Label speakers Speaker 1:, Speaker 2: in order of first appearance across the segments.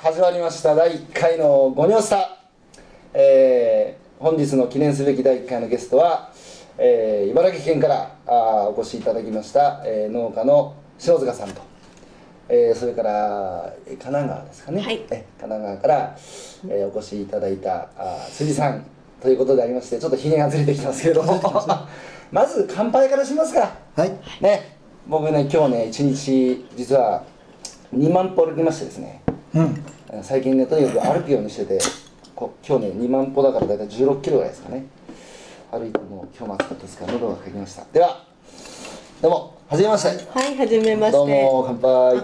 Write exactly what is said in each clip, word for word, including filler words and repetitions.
Speaker 1: 始まりましただいいっかいのゴニョスタ、えー、本日の記念すべきだいいっかいのゲストは、えー、茨城県からあお越しいただきました、えー、農家の篠塚さんと、えー、それから神奈川ですかね、はい、え神奈川から、えー、お越しいただいたあ辻さんということでありまして、ちょっとひげがずれてきたんですけれどもまず乾杯からしますか。はいね、僕ね今日ね一日実はにまん歩歩きましてですね、うん、最近ねとにかく歩くようにしてて、こ今日ねにまん歩だからだいたいじゅうろっキロぐらいですかね、歩いても今日も暑かったですから喉が渇きました。ではどうもはじめまして。
Speaker 2: はい、はじめまして。
Speaker 1: どうも乾杯。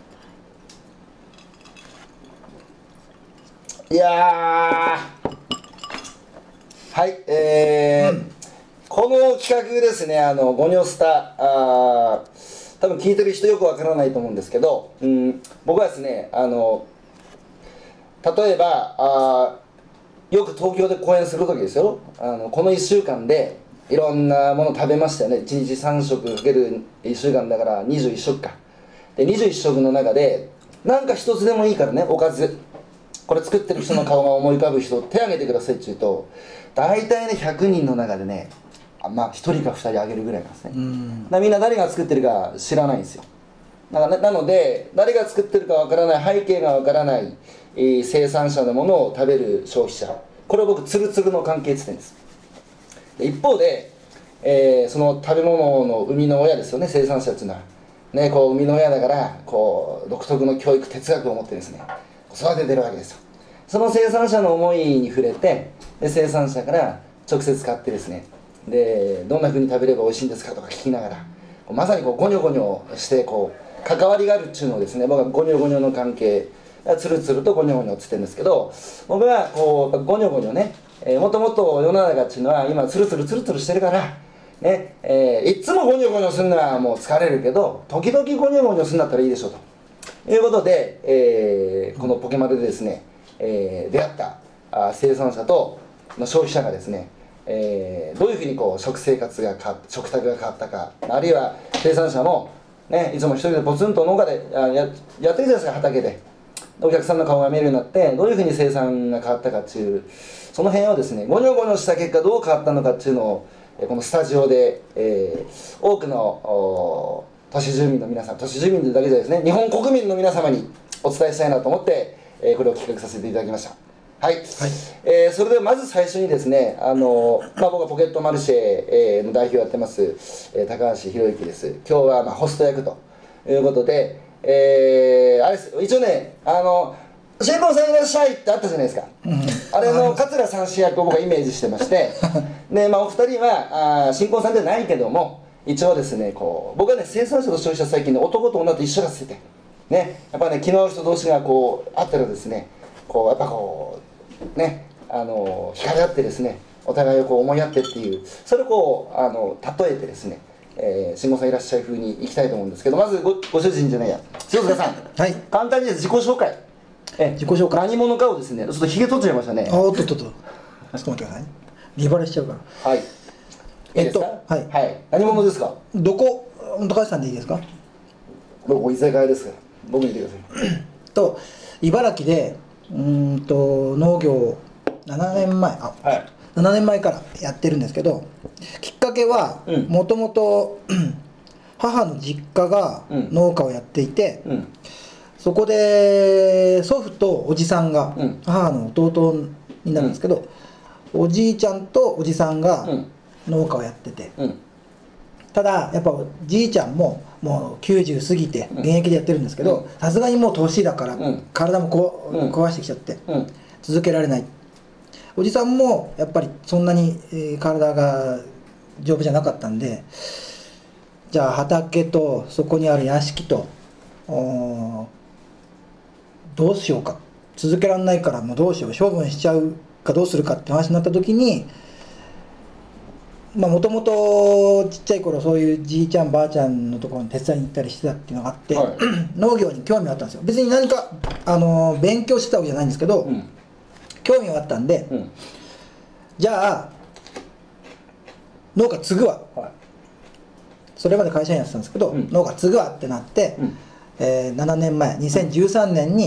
Speaker 1: いやはい、えーうん、この企画ですね、あのゴニョスタ、あ多分聞いてる人よくわからないと思うんですけど、うん、僕はですね、あの例えばあよく東京で講演する時ですよ、あのこのいっしゅうかんでいろんなもの食べましたよね。いちにちさんしょくかけるいっしゅうかんだからにじゅういっしょくかで、にじゅういっしょくの中でなんか一つでもいいからね、おかずこれ作ってる人の顔が思い浮かぶ人手挙げてくださいって言うと、大体ねひゃくにんの中でね、あまあひとりかふたり挙げるぐらいなんですね。だからみんな誰が作ってるか知らないんですよ。だから、ね、なので誰が作ってるかわからない、背景がわからない、えー、生産者のものを食べる消費者、これを僕ツルツルの関係って言ってるんです。で一方で、えー、その食べ物の生みの親ですよね、生産者っていうのはね、こう生みの親だからこう独特の教育哲学を持ってですね育ててるわけですよ。その生産者の思いに触れて、で生産者から直接買ってですね、でどんな風に食べれば美味しいんですかとか聞きながら、まさにこうゴニョゴニョしてこう関わりがあるっていうのをですね、僕はゴニョゴニョの関係、つるつるとゴニョゴニョって言ってるんですけど、僕はこうゴニョゴニョね、えー、もともと世の中っていうのは今ツルツルツルツルしてるからね、えー、いつもゴニョゴニョするのはもう疲れるけど、時々ゴニョゴニョするんだったらいいでしょということで、えー、このポケマルでですね、えー、出会ったあ生産者との消費者がですね、えー、どういうふうにこう食生活が変わ食卓が変わったか、あるいは生産者も、ね、いつも一人でポツンと農家であ や, やってるじゃないですか、畑でお客さんの顔が見えるようになってどういうふうに生産が変わったかっていう、その辺をですねゴニョゴニョした結果どう変わったのかっていうのをこのスタジオで、えー、多くの都市住民の皆さん、都市住民だけじゃですね、日本国民の皆様にお伝えしたいなと思って、えー、これを企画させていただきました。はい、はい、えー、それではまず最初にですね、あの、まあ、僕はポケットマルシェ、えー、の代表をやってます、えー、高橋博之です。今日はまあホスト役ということで、えー、あれです一応ね、あの新婚さんいらっしゃいってあったじゃないですか、うん、あれの桂三枝役を僕はイメージしてましてで、まあ、お二人はあ新婚さんじゃないけども、一応ですねこう僕はね生産者と消費者最近ね男と女と一緒だって言ってね、やっぱね気の合う人同士がこう会ったらですね、こうやっぱこうねあの惹かれ合ってですね、お互いをこう思い合ってっていう、それをこうあの例えてですね、えー、新婚さんいらっしゃい風にいきたいと思うんですけど、まず ご, ご主人じゃないや塩塚さん、はい、簡単に自己紹介、え自己紹介何者かをですね、ちょっとひげ取っちゃいましたね。
Speaker 3: あおっとっとっとちょっと待ってください、見バレしちゃうから。
Speaker 1: はいえっとはい、はい、何者ですか。
Speaker 3: どこ高橋さんでいいですか。
Speaker 1: どこ居酒屋ですから僕に言ってください
Speaker 3: と茨城でうんと農業をななねんまえあ、はい、ななねんまえからやってるんですけど、きっかけはもともと母の実家が農家をやっていて、うんうん、そこで祖父とおじさんが、うん、母の弟になるんですけど、うん、おじいちゃんとおじさんが農家をやってて、うん、ただやっぱおじいちゃんももうきゅうじゅう過ぎて現役でやってるんですけど、さすがにもう年だから体もこ、うん、壊してきちゃって、うん、続けられない。おじさんもやっぱりそんなに、えー、体が丈夫じゃなかったんで、じゃあ畑とそこにある屋敷とどうしようか、続けられないからもうどうしよう、処分しちゃうかどうするかって話になった時に、もともとちっちゃい頃そういうじいちゃんばあちゃんのところに手伝いに行ったりしてたっていうのがあって、はい、農業に興味があったんですよ。別に何かあの勉強してたわけじゃないんですけど、うん、興味があったんで、うん、じゃあ農家継ぐわ、はい、それまで会社員やってたんですけど、うん、農家継ぐわってなって、うん、えー、ななねんまえにせんじゅうさんねんに、はい、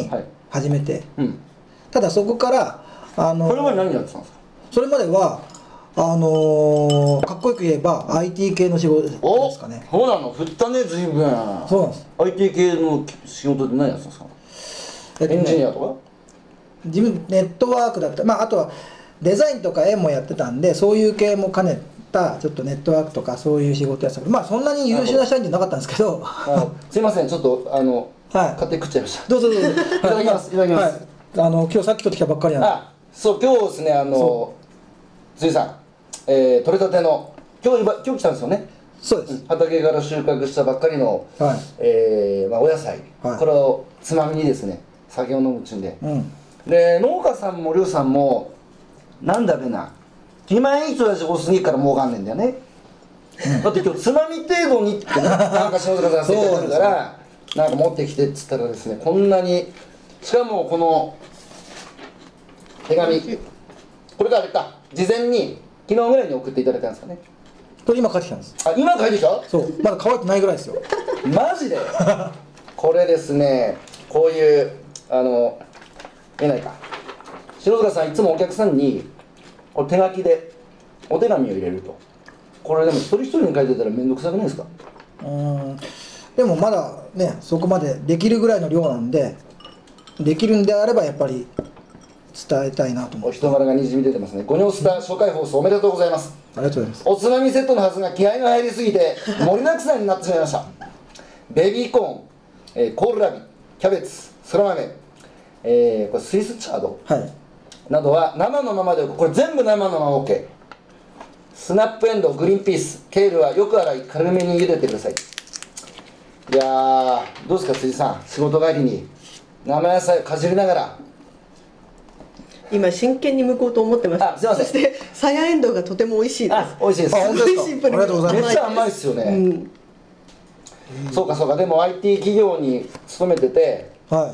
Speaker 3: 始めて、
Speaker 1: うん、
Speaker 3: ただそこからあの
Speaker 1: それまで何やってたんですか？
Speaker 3: それまではあのー、かっこよく言えば アイティー 系の仕事ですかね。
Speaker 1: そうなの、振ったね、随分。
Speaker 3: そうなんです。
Speaker 1: アイティー 系の仕事で何やってたんですか？
Speaker 3: えっとね、
Speaker 1: エンジニアとか
Speaker 3: 自分ネットワークだった、まあ、あとはデザインとか絵もやってたんで、そういう系も兼ねたちょっとネットワークとかそういう仕事やってたけど、まあそんなに優秀な社員じゃなかったんですけど
Speaker 1: すいません、ちょっとあの、はい、勝手に食っちゃいました。
Speaker 3: どうぞどうぞい
Speaker 1: ただきます、いただきます、
Speaker 3: はい、あの今日さっき取ってきたばっかりなんで。
Speaker 1: あ、そう、今日ですね、あの辻さん、えー、取れたての今日今日来たんですよね。
Speaker 3: そうです、
Speaker 1: 畑から収穫したばっかりの、はい、えーまあ、お野菜、はい、これをつまみにですね、酒を飲むっちゅうんで、うん、で農家さんも漁師さんもなんだべな、今いい人たち多すぎから儲かんねんだよね、うん、だって今日つまみ程度にってねなんか篠塚さん言ってるから、なんか持ってきてっつったらですね、こんなに、しかもこの手紙、これがあれか、事前に昨日ぐらいに送っていただいたんですかね。
Speaker 3: これ今帰ってきたんです。
Speaker 1: あ、今帰ってきた？
Speaker 3: そう、まだ乾いてないぐらいですよ。
Speaker 1: マジでこれですね、こういうあの見えないか、篠塚さんいつもお客さんにこれ手書きでお手紙を入れると。これでも一人一人に書いてたら面倒くさくないですか？
Speaker 3: うーん、でもまだね、そこまでできるぐらいの量なんで、できるんであればやっぱり伝えたいなと思
Speaker 1: う。お人柄がにじみ出てますね。ゴニョスタ初回放送おめでとうございます。
Speaker 3: ありがとうございます。
Speaker 1: おつまみセットのはずが気合が入りすぎて盛りだくさんになってしまいました。ベビーコーン、えー、コールラビ、キャベツ、そら豆、えー、これスイスチャード、はい、などは生のままで、これ全部生のまま OK。 スナップエンドウ、グリーンピース、ケールはよく洗い軽めに茹でてください。いやー、どうですか辻さん、仕事帰りに生野菜をかじりながら。
Speaker 2: 今真剣に剥こうと思ってました。
Speaker 1: あ、すいません。
Speaker 2: そしてさやえんどうがとても美味しいです。
Speaker 1: あ、美味しいです。
Speaker 3: あ、本当ですか。
Speaker 2: シンプルに
Speaker 3: ありがとうございます。
Speaker 1: めっちゃ甘いですよね。うん、そうかそうか。でも アイティー 企業に勤めてて、はい、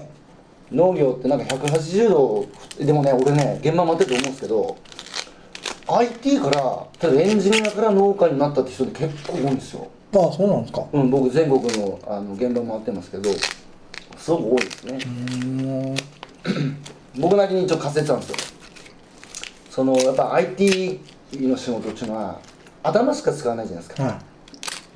Speaker 1: 農業ってなんかひゃくはちじゅうどでもね、俺ね現場待ってて思うんですけど、 アイティー から例えばエンジニアから農家になったって人って結構多いんですよ。
Speaker 3: ああ、そうなんですか。
Speaker 1: うん、僕全国のあの現場回ってますけど、すごく多いですね。うーん僕なりに一応仮説なんですよ。そのやっぱ アイティー の仕事っていうのは頭しか使わないじゃないですか、はい、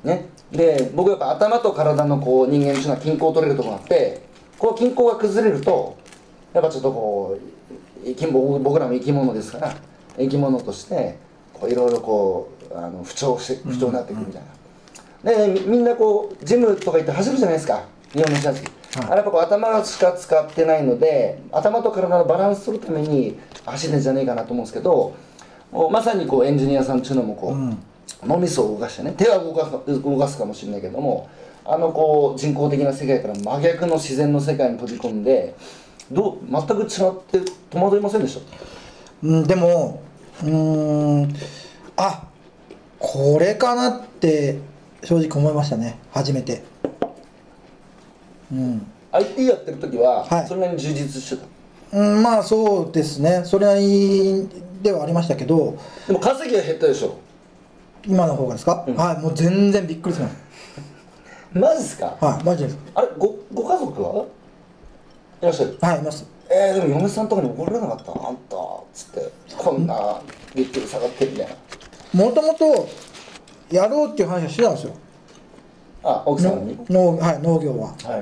Speaker 1: ね、で僕やっぱ頭と体のこう人間っていうのは均衡を取れるところがあって、こう均衡が崩れるとやっぱちょっとこう生き僕らも生き物ですから、生き物としていろいろこうあの不調し不調になっていくみたいな、うんうん、でみんなこうジムとか行って走るじゃないですか、日本の人たち、はい、あれやっぱこう頭しか使ってないので、頭と体のバランス取るために走ってんじゃねえかなと思うんですけど、もうまさにこうエンジニアさんっていうのもこう、うん、脳みそを動かしてね、手は動かす動かすかもしれないけども、あのこう人工的な世界から真逆の自然の世界に飛び込んで、どう全く違って戸惑いませんでした？
Speaker 3: うん、でもうーん、あ、これかなって正直思いましたね、初めて。うん、
Speaker 1: アイティー やってる時は、はい、それなりに充実してた？
Speaker 3: うん、まあそうですね、それなりではありましたけど。
Speaker 1: でも稼ぎは減ったでしょ、
Speaker 3: 今の方がですか？うん、はい、もう全然びっくりします。
Speaker 1: マジですか？
Speaker 3: はい、マジです。
Speaker 1: あれ、ごご家族はいらっしゃる？
Speaker 3: はい、います。
Speaker 1: えー、でも嫁さんとかに怒られなかった？あんたっつってこんな月給下がってるみたいな。
Speaker 3: もともとやろうっていう話はしてたんですよ。
Speaker 1: あ、奥さんに？
Speaker 3: 農、はい、農業は。はい。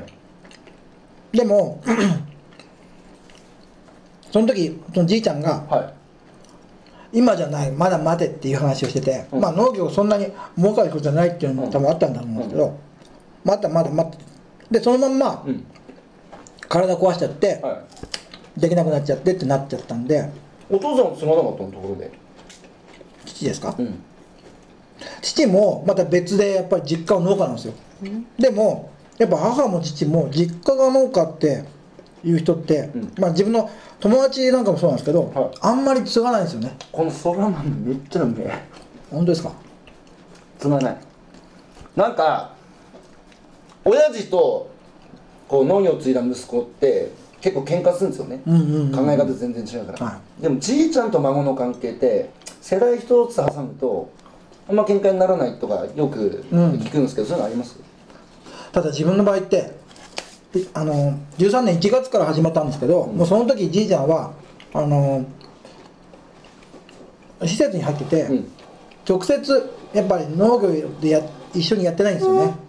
Speaker 3: でもその時そのじいちゃんが、はい、今じゃない、まだ待てっていう話をしてて、うん、まあ農業そんなに儲かることじゃないっていうのも多分あったんだと思うんですけど、うん、まだまだ待ってで、そのまんま、うん、体壊しちゃって、はい、できなくなっちゃってってなっちゃったんで。
Speaker 1: お父さんは継がなかったの？ところで
Speaker 3: 父ですか？うん、父もまた別でやっぱり実家は農家なんですよ、うん、でもやっぱ母も父も実家が農家っていう人って、うん、まあ自分の友達なんかもそうなんですけど、はい、あんまり継がないんですよね。
Speaker 1: このソラマンめっちゃうめえ。
Speaker 3: 本当ですか？
Speaker 1: 継がない。なんか親父とこう農業を継いだ息子って結構喧嘩するんですよね、うんうんうん、考え方全然違うから、はい、でもじいちゃんと孫の関係って世代一つ挟むとあんま喧嘩にならないとかよく聞くんですけど、うん、そういうのあります？
Speaker 3: ただ自分の場合ってあのじゅうさんねんいちがつから始めたんですけど、うん、もうその時じいちゃんはあの施設に入ってて、うん、直接やっぱり農業でや一緒にやってないんですよね、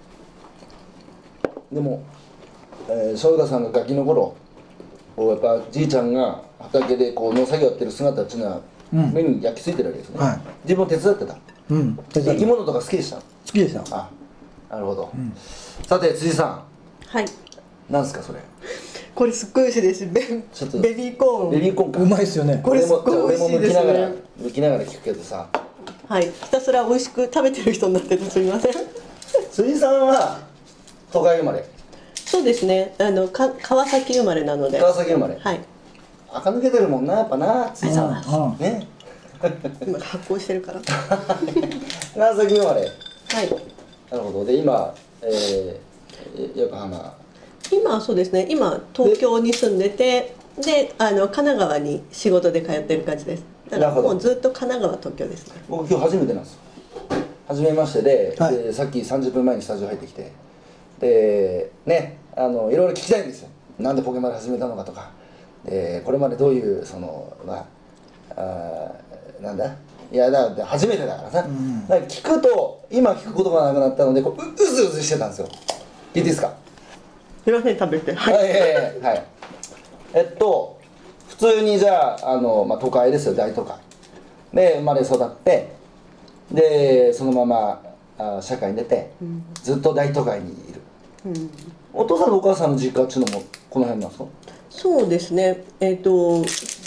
Speaker 1: うん、でも正田さんがガキの頃やっぱじいちゃんが畑でこう農作業やってる姿っていうのは目に焼き付いてるわけですね、はい、自分も手伝ってた、うん、生き物とか好きでした？好
Speaker 3: きでした。
Speaker 1: あ、なるほど、うん、さて辻さん、
Speaker 2: はい、
Speaker 1: なんすかそれ？
Speaker 2: これすっごい美味しいです。ベちょっとベビーコーン。
Speaker 1: ベビーコーンか。
Speaker 3: うまいですよね。
Speaker 2: これすっごい美味しいですね。
Speaker 1: 俺も剥きながら聞くけどさ。
Speaker 2: はい、ひたすら美味しく食べてる人になってる、すみません。
Speaker 1: 辻さんは都会生まれ？
Speaker 2: そうですね。あのか川崎生まれなので。
Speaker 1: 川崎生まれ。
Speaker 2: はい。
Speaker 1: 垢抜けてるもんな、やっぱな、辻さんは。ね。
Speaker 2: 今発酵してるから。
Speaker 1: 川崎生まれ。はい。なるほど。で今、えー、横浜。
Speaker 2: 今そうですね。今東京に住んでて、であの神奈川に仕事で通ってる感じです。だからもうずっと神奈川東京ですね。
Speaker 1: 僕今日初めてなんですよ。初めましてで、はい、でさっきさんじゅっぷんまえにスタジオ入ってきて、でね、あのいろいろ聞きたいんですよ。なんでポケマル始めたのかとか、でこれまでどういうそのまああなんだ。いやだって初めてだからさ、うん、だから聞くと今聞くことがなくなったのでこう う, うずうずしてたんですよ。聞いていいですか？
Speaker 2: すいません、食べて。はい、
Speaker 1: はいはいはい。えっと普通にじゃあ、あの、まあ、都会ですよ、大都会で生まれ育って、でそのままあ社会に出て、うん、ずっと大都会にいる、うん、お父さんとお母さんの実家っていうのもこの辺なんですか？
Speaker 2: そうですね、えっ、ー、と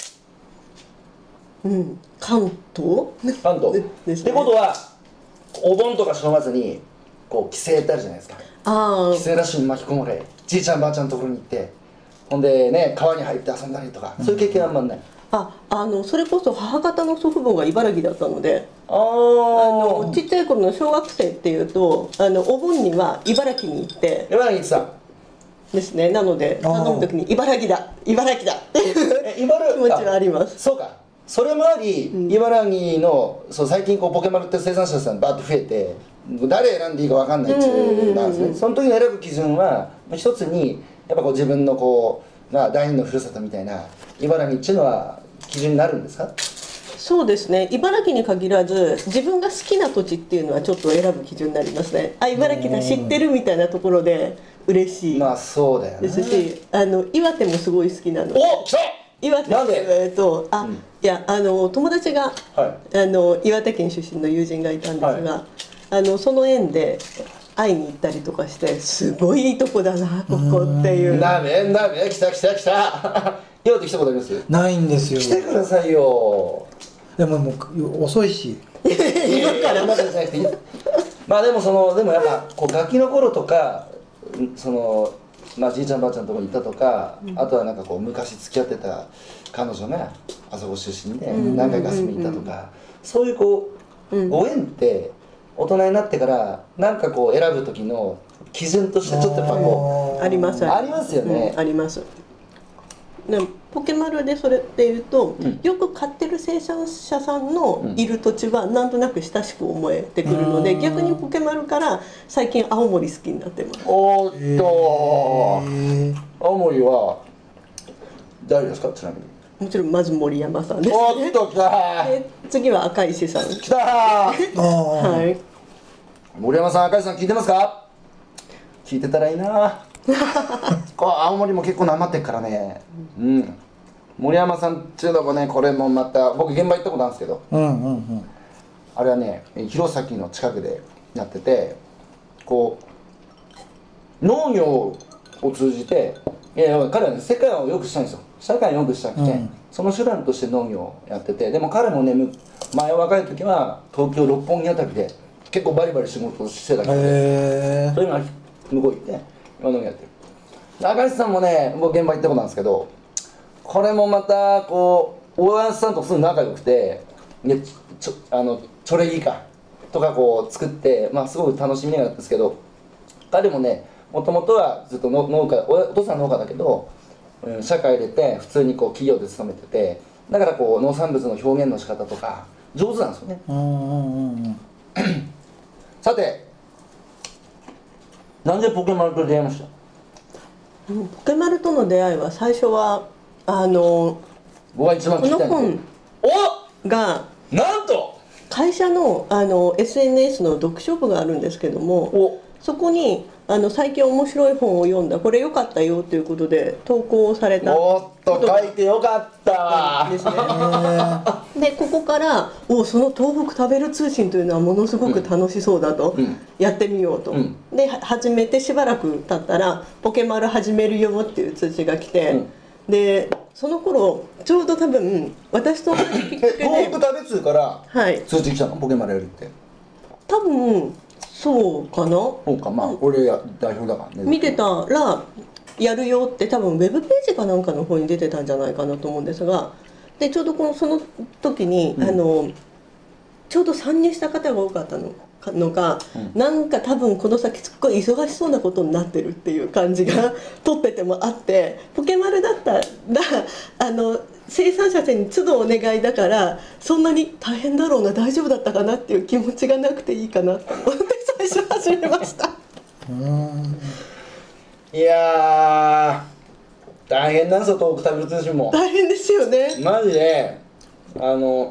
Speaker 2: うん関東
Speaker 1: 関東です、ね、ってことはお盆とか正月にこう帰省ってあるじゃないですか。あ帰省ラッシュに巻き込まれじいちゃんばあちゃんのところに行って、ほんでね川に入って遊んだりとか、そういう経験はあんまりない。
Speaker 2: ああのそれこそ母方の祖父母が茨城だったので、ああのちっちゃい頃の小学生っていうとあのお盆には茨城に行って
Speaker 1: 茨城行ってた
Speaker 2: ですね。なので頼む時に茨城だ茨城だっていう気持ちはあります。
Speaker 1: そうか、それもあり、うん、茨城のそう最近こうポケマルって生産者さんバーッと増えて誰選んでいいか分かんないっていうなんですね。その時に選ぶ基準は一つにやっぱこう自分のこう、まあ、第二のふるさとみたいな茨城っていうのは基準になるんですか？
Speaker 2: そうですね、茨城に限らず自分が好きな土地っていうのはちょっと選ぶ基準になりますね。あ、茨城だ知ってるみたいなところで嬉しい、まあそうだよね、ですし、あの岩手もすごい好きなので。
Speaker 1: お、来た！
Speaker 2: 岩手って言われると、あ、うん、いやあの友達が、はい、あの岩手県出身の友人がいたんですが、はい、あのその縁で会いに行ったりとかして、すごいいいとこだなここっていう。
Speaker 1: なめなめ来た来た来た岩手来たことあります？
Speaker 3: ないんですよ。
Speaker 1: 来てくださいよ。
Speaker 3: でももう遅いし
Speaker 2: 今から
Speaker 1: 今からじゃなくていい。まあでもそのでもやっぱこうガキの頃とかそのまあじいちゃんばあちゃんのところに行ったとか、うん、あとはなんかこう昔付き合ってた彼女があそこ出身で何回か遊びに行ったとか、そういうこう、うん、ご縁って大人になってからなんかこう選ぶ時の基準としてちょっとやっぱこう
Speaker 2: あります
Speaker 1: ありますよね、
Speaker 2: うん、あります。でポケマルでそれっていうと、うん、よく買ってる生産者さんのいる土地はなんとなく親しく思えてくるので、うん、逆にポケマルから最近青森好きになってます。
Speaker 1: おーっと、えー、青森は誰ですか？ちなみに。
Speaker 2: もちろんまず森山さんです、ね、
Speaker 1: おっと来たー。
Speaker 2: で次は赤石さん
Speaker 1: 来たーはい、森山さん、赤石さん聞いてますか？聞いてたらいいなこう青森も結構なまってっからね、うん、うん、森山さんっていうのもね、これもまた僕現場行ったことあるんですけど、うんうんうん、あれはね弘前の近くでやってて、こう農業を通じていやいや彼はね世界を良くしたいんですよ。社会を良くしたくて、うん、その手段として農業をやってて、でも彼もね前若い時は東京六本木あたりで結構バリバリ仕事をしてたけど、ね、そういうのは向こう行って今農業やってる。赤石さんもね僕現場行ったことなんですけど、これもまたこう大安さんとすぐ仲良くて、ね、ちょあのチョレギかとかこう作って、まあ、すごく楽しみながらですけど、彼もねもともとはずっと農家、お父さん農家だけど、うん、社会出て普通にこう企業で勤めてて、だからこう農産物の表現の仕方とか上手なんですよね。うんうんうん、さてなんでポケマルと出会いました？
Speaker 2: うん、ポケマルとの出会いは最初はあの
Speaker 1: 僕が一番聞きたいんですよ。
Speaker 2: この本が
Speaker 1: なんと
Speaker 2: 会社の、あの エスエヌエス の読書部があるんですけども、
Speaker 1: お
Speaker 2: そこにあの最近面白い本を読んだ、これ良かったよということで投稿された
Speaker 1: おっと書いてよかった
Speaker 2: ですね。でここからおその東北食べる通信というのはものすごく楽しそうだと、うん、やってみようと、うん、で始めてしばらく経ったらポケマル始めるよっていう通知が来て、うん、でその頃ちょうど多分私と同じきっかけで
Speaker 1: 東北食べ通から通知来たの、はい、ポケマルやるって
Speaker 2: 多分そうかな。
Speaker 1: そうか、まあ、うん、俺や代表だからね。
Speaker 2: 見てたらやるよって多分ウェブページかなんかの方に出てたんじゃないかなと思うんですが、でちょうどこのその時に、うん、あのちょうど参入した方が多かったのかのか、うん、なんか多分この先すっごい忙しそうなことになってるっていう感じが撮っててもあって、ポケマルだったらあの生産者さんに都度お願いだからそんなに大変だろうな、大丈夫だったかなっていう気持ちがなくていいかなと思って最初始めました
Speaker 3: うん
Speaker 1: いやー大変なんですよ、東北食べる通信も
Speaker 2: 大変ですよね
Speaker 1: マジで。あの、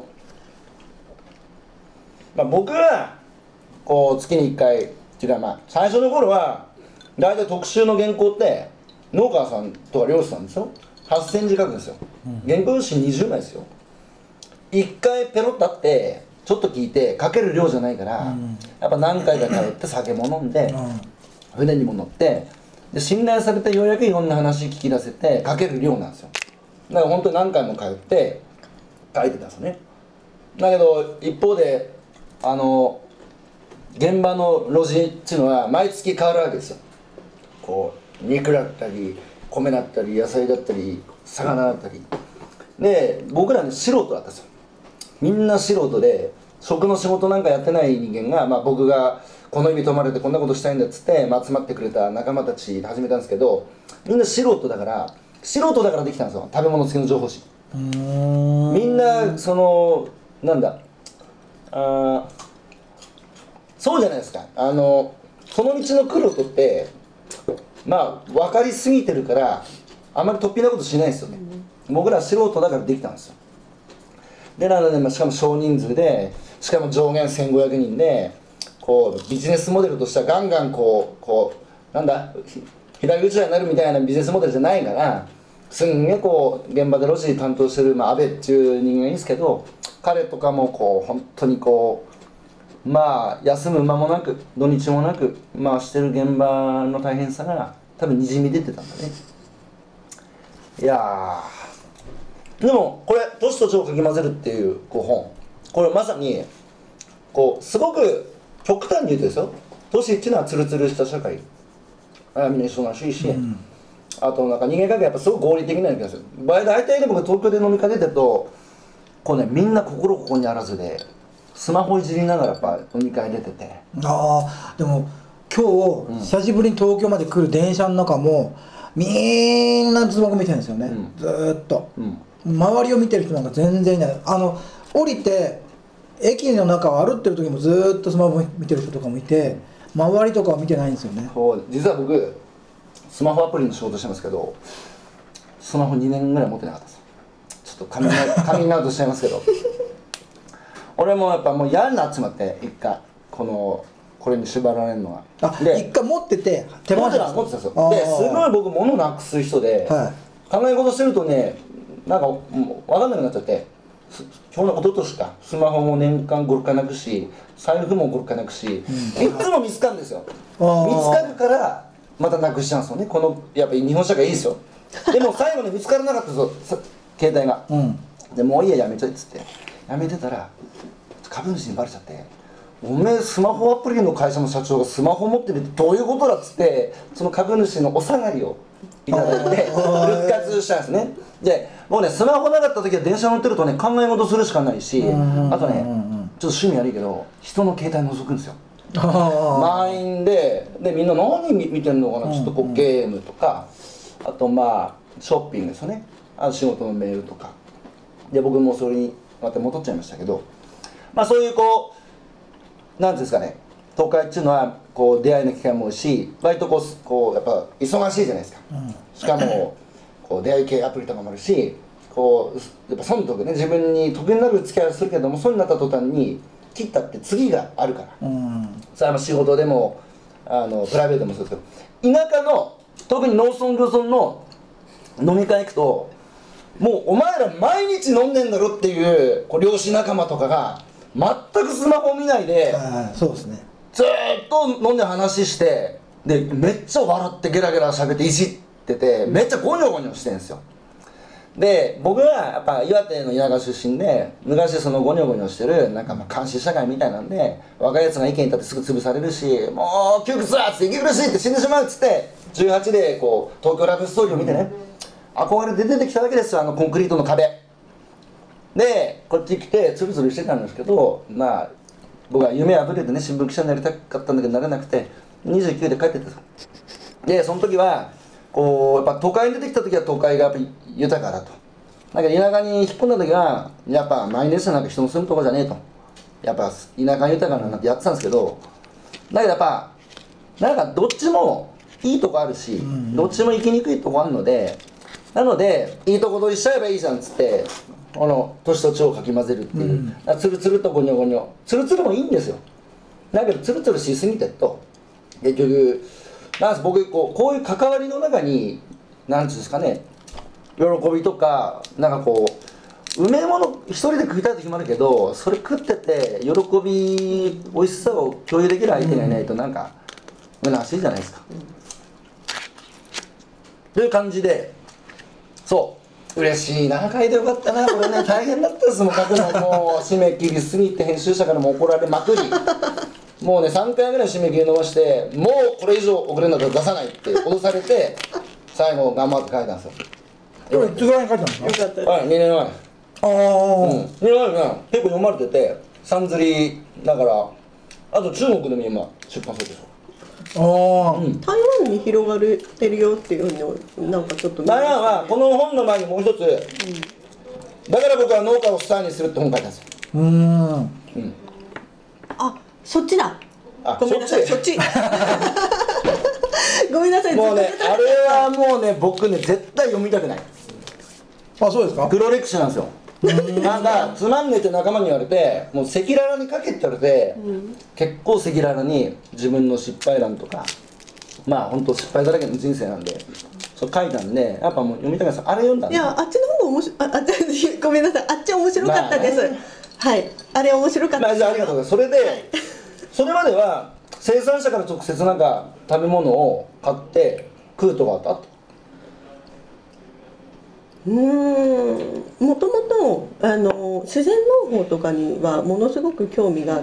Speaker 1: まあ、僕はこう月にいっかいっていうか、まあ最初の頃は大体特集の原稿って農家さんとか漁師さんですよ、はっせんじ書くんですよ、うん、原稿用紙にじゅうまいですよ。いっかいペロッとあってちょっと聞いて書ける量じゃないから、うん、やっぱ何回か通って酒も飲んで、うん、船にも乗ってで信頼されてようやくいろんな話聞き出せて書ける量なんですよ。だから本当に何回も通って書いてたんですよね。だけど一方であの現場の路地っていうのは毎月変わるわけですよ。こう肉だったり米だったり野菜だったり魚だったりで、僕らね素人だったんですよ。みんな素人で食の仕事なんかやってない人間が、まあ、僕がこの意味泊まれてこんなことしたいんだっつって、まあ、集まってくれた仲間たちで始めたんですけど、みんな素人だから素人だからできたんですよ、食べ物付きの情報誌。みんなそのなんだあそうじゃないですか、あのその道の苦労とってまあ分かりすぎてるからあんまり突飛なことしないですよね。僕ら素人だからできたんですよ。でなので、まあ、しかも少人数でしかも上限せんごひゃくにんでこうビジネスモデルとしてはガンガンこうこうなんだ左打ちになるみたいなビジネスモデルじゃないから、すんげこう現場でロジ担当してる、まあ、安倍っていう人間がいいんですけど、彼とかもこう本当にこうまあ休む間もなく土日もなくまあしてる現場の大変さが多分にじみ出てたんだね。いやでもこれ「都市と地をかき混ぜる」っていうこう本、これまさにこうすごく極端に言うとですよ、都市っていうのはツルツルした社会、あみんな忙しいし、うん、あとなんか人間関係やっぱすごく合理的な気がする。場合大体で僕東京で飲み会出てるとこうねみんな心ここにあらずでスマホいじりながらやっぱ飲み会出てて、
Speaker 3: ああでも今日、うん、久しぶりに東京まで来る電車の中もみんなスマホ見てるんですよね、うん、ずーっと、うん周りを見てる人なんか全然いない。あの降りて駅の中を歩ってる時もずーっとスマホ見てる人とかもいて、周りとかは見てないんですよね。
Speaker 1: そう実は僕スマホアプリの仕事してますけどスマホにねんぐらい持ってなかったです。ちょっとカミングアウトカミングアウトしちゃいますけど俺もやっぱもう嫌になっちまって一回このこれに縛られるのが。
Speaker 3: あで一回持ってて
Speaker 1: 手放してた持ってたんですよ。ですごい僕物なくす人で、はい、考え事してるとねなんか分かんなくなっちゃって、今日のこととしかスマホも年間ごろっかいなくし財布もごろっかいなくし、うん、いつも見つかるんですよ。見つかるからまたなくしちゃうんですよね。このやっぱり日本社会いいですよ。でも最後に見つからなかったぞ携帯が、うん、でもういいややめちゃえっつってやめてたら株主にバレちゃって、おめえスマホアプリの会社の社長がスマホ持ってるってどういうことだっつって、その株主のお下がりをいただいて復活したんですね。で僕ねスマホなかった時は電車乗ってるとね考え事するしかないし、あとねちょっと趣味悪いけど人の携帯覗くんですよ。満員ででみんな何見てんのかな、ちょっとこうゲームとかあとまあショッピングですよね、あと仕事のメールとかで僕もそれにまた戻っちゃいましたけど、まあそういうこうなんていうんですかね、 東海っていうのはこう出会いの機会も多いし、割とこうこうやっぱ忙しいじゃないですか、うん、しかもこう出会い系アプリとかもあるし、こうやっぱ損得ね、自分に得になる付き合いをするけども、そうになった途端に切ったって次があるから、うん、それは仕事でもあのプライベートでもそうですけど、田舎の特に農村漁村の飲み会行くと、もうお前ら毎日飲んでんだろっていうこう漁師仲間とかが全くスマホ見ないで、
Speaker 3: そうですね、
Speaker 1: ずーっと飲んで話して、でめっちゃ笑ってゲラゲラしゃべっていじってて、めっちゃゴニョゴニョしてるんですよ。で僕はやっぱ岩手の田舎出身で、昔そのゴニョゴニョしてるなんかまあ監視社会みたいなんで、若いやつが意見言ったってすぐ潰されるし、もう窮屈だっつって息苦しいって死んでしまうっつって、じゅうはちでこう東京ラブストーリーを見てね、憧れて出てきたわけですよ、あのコンクリートの壁で。こっち来てツルツルしてたんですけど、まあ僕は夢破れてね、新聞記者になりたかったんだけどなれなくて、にじゅうきゅうで帰ってったんですよ。でその時はこうやっぱ都会に出てきた時は都会がやっぱ豊かだと、なんか田舎に引っ込んだ時はやっぱ毎日なんか人の住むとこじゃねえと、やっぱ田舎豊かななんてやってたんですけど、だけどやっぱなんかどっちもいいとこあるし、どっちも生きにくいとこあるので、なのでいいとこ取りしちゃえばいいじゃんっつって、この年と地をかき混ぜるっていう、うん、ツルツルとゴニョゴニョ、ツルツルもいいんですよ。だけどツルツルしすぎてると結局なんか僕こうこういう関わりの中に何ていうんですかね、喜びとか、なんかこううめえもの一人で食いたい時もあるけど、それ食ってて喜び美味しさを共有できる相手がいないとなんか虚しいじゃないですか、うん、という感じで、そう嬉しいな、書いてよかったな、これね大変だったですもん、書くの。もう締め切りすぎて編集者からも怒られまくりもうねさんかいぐらい締め切り伸ばして、もうこれ以上遅れんだったら出さないって脅されて最後頑張って書いたんですよ。
Speaker 3: これいつぐらいに書いたんですか？
Speaker 2: よかったです。
Speaker 1: はい、にねんまえ。ああ、うん、にねんまえが結構読まれてて、さんずりだから、あと中国でも今出版されてる。
Speaker 3: ああ、
Speaker 2: うん、台湾に広がってるよっていうのなんかちょっと、ね、
Speaker 1: 台湾はこの本の前にもう一つ、うん、だから僕は農家をスターにするって本書いたんですよ。うーん、うん、
Speaker 2: あ、そっちだ。
Speaker 1: あ、
Speaker 2: ごめんなさい、そっちごめんなさい。
Speaker 1: もうね、あれはもうね、僕ね絶対読みたくない。
Speaker 3: あ、そうですか。
Speaker 1: 黒歴史なんですよ。なんかつまんねえって仲間に言われて、もう赤裸々に書けって言われて、うん、結構赤裸々に自分の失敗談とか、まあ本当失敗だらけの人生なんでそう書いたんで、やっぱもう読みたくないです。あれ読んだんで。
Speaker 2: いや、あっちの方が面白い。あ、あごめんなさい、あっち面白かったです、まあね、はい、あれ面白かったです。
Speaker 1: まあ、ありがとうございます。それで、はい、それまでは生産者から直接なんか食べ物を買って食うとかあった？
Speaker 2: うーん、もともとあの自然農法とかにはものすごく興味があって。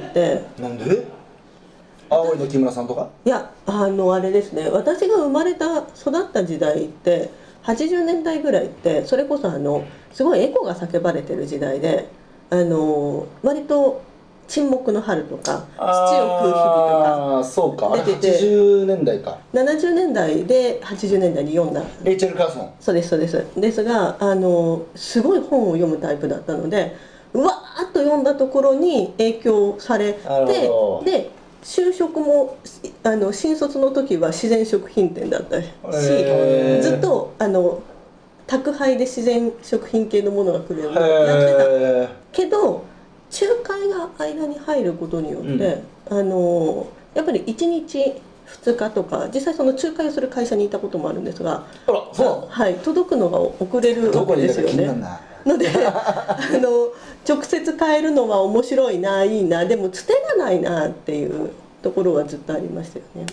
Speaker 1: なんで？青森の木村さんとか？
Speaker 2: いや、あのあれですね、私が生まれた育った時代ってはちじゅうねんだいぐらいって、それこそあのすごいエコが叫ばれてる時代で、あの割と沈黙の春とか土を食う日々とか
Speaker 1: そうか、出てて、はちじゅうねんだいか
Speaker 2: ななじゅうねんだいではちじゅうねんだいに読んだ
Speaker 1: レイチェル・カーソン。
Speaker 2: そうですそうですですが、あのすごい本を読むタイプだったので、うわーっと読んだところに影響されて、で就職もあの新卒の時は自然食品店だったし、ずっとあの宅配で自然食品系のものが来るようにやってたけど、仲介が間に入ることによって、うん、あのやっぱりいちにちふつかとか実際その仲介をする会社にいたこともあるんですが、
Speaker 1: そう、
Speaker 2: はい、届くのが遅れるわけですよね。のであの直接買えるのは面白いな、いいな、でもつてがないなっていうところはずっとありましたよね。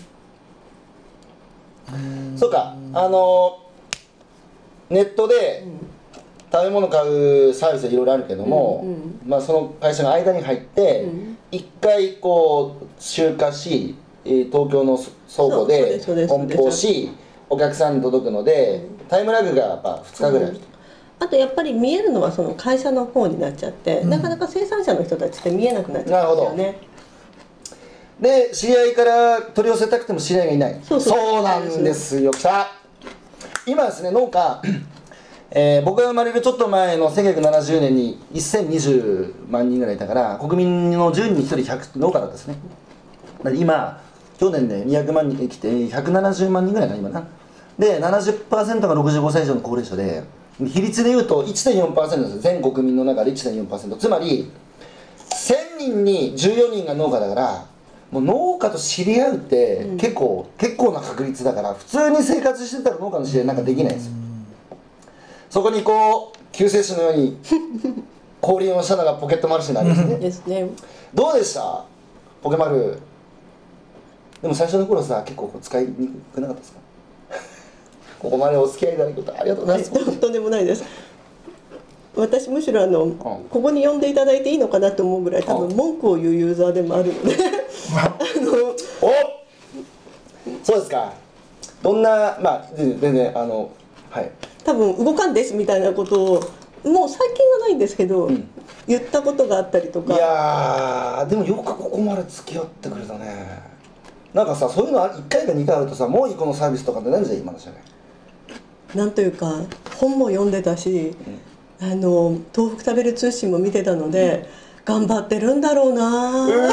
Speaker 1: そうか、あのネットで食べ物買うサービスはいろいろあるけども、うんうん、まあ、その会社が間に入って一、うん、回こう集荷し、東京の倉庫で梱包しお客さんに届くので、うん、タイムラグがやっぱふつかぐらいあると、
Speaker 2: うん、あとやっぱり見えるのはその会社の方になっちゃって、うん、なかなか生産者の人たちって見えなくなっちゃうんですよね。
Speaker 1: で知り合いから取り寄せたくても知り合いがいない。そうそう、そうなんですよ。さあ今ですね、農家えー、僕が生まれるちょっと前のせんきゅうひゃくななじゅうねんにせんにじゅうまんにんぐらいいたから、国民のじゅうにんにひとりひゃく農家だったんですね。 だ今去年ねにひゃくまん人来てひゃくななじゅうまんにんぐらいかな今な。で ななじゅっパーセント がろくじゅうごさい以上の高齢者で、比率でいうと いってんよんパーセント ですよ。全国民の中で いってんよんパーセント、 つまりせんにんにじゅうよにんが農家だから、もう農家と知り合うって結構、うん、結構な確率だから、普通に生活してたら農家の知り合いなんかできないんですよ。そこにこう救世主のように降臨をしたのがポケットマルシェなんですね。
Speaker 2: ですね。
Speaker 1: どうでしたポケマル。でも最初の頃さ結構使いにくくなかったですか？ここまでお付き合いいただきありがとうございます。
Speaker 2: とんでもないです。私むしろあの、うん、ここに呼んでいただいていいのかなと思うぐらい多分文句を言うユーザーでもあるのであの
Speaker 1: おそうですか。どんなまあ全然あのはい
Speaker 2: 多分動かんですみたいなことをもう最近はないんですけど、うん、言ったことがあったりとか。
Speaker 1: いやでもよくここまで付き合ってくれたね。なんかさそういうのいっかいかにかいあるとさもういいこのサービスとかって何じゃ今のじゃない。
Speaker 2: なんというか本も読んでたし、うん、あの東北食べる通信も見てたので、うん、頑張ってるんだろうな。うーんいい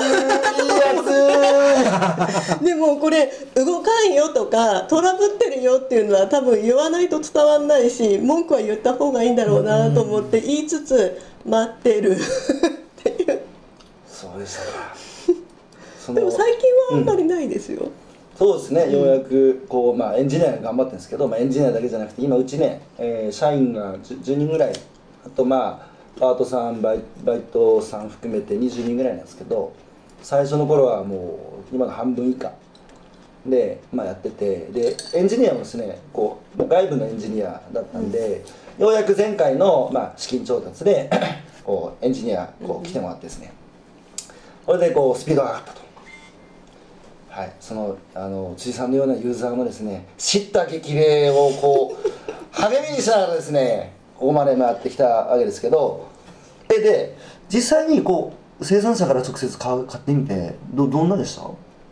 Speaker 2: やつでもこれ動かんよとかトラブってるよっていうのは多分言わないと伝わんないし、文句は言った方がいいんだろうなと思って言いつつ待ってるっていう。
Speaker 1: そうでしたか。
Speaker 2: でも最近はあんまりないですよ。うん、
Speaker 1: そうですね、うん、ようやくこう、まあ、エンジニアが頑張ってるんですけど、まあ、エンジニアだけじゃなくて今うちね、えー、社員が 10, じゅうにんぐらい、あとまあパートさんバイ、バイトさん含めてにじゅうにんぐらいなんですけど、最初の頃はもう今の半分以下で、まあ、やってて、でエンジニアもですねこう外部のエンジニアだったんで、うん、ようやく前回の、まあ、資金調達でこうエンジニアこう来てもらってですね、これでこうスピードが上がったと。はい、そのあの辻さんのようなユーザーのですね叱咤激励をこう励みにしながらですねここまで回ってきたわけですけど、えで実際にこう生産者から直接買う買ってみて ど, どんなでした？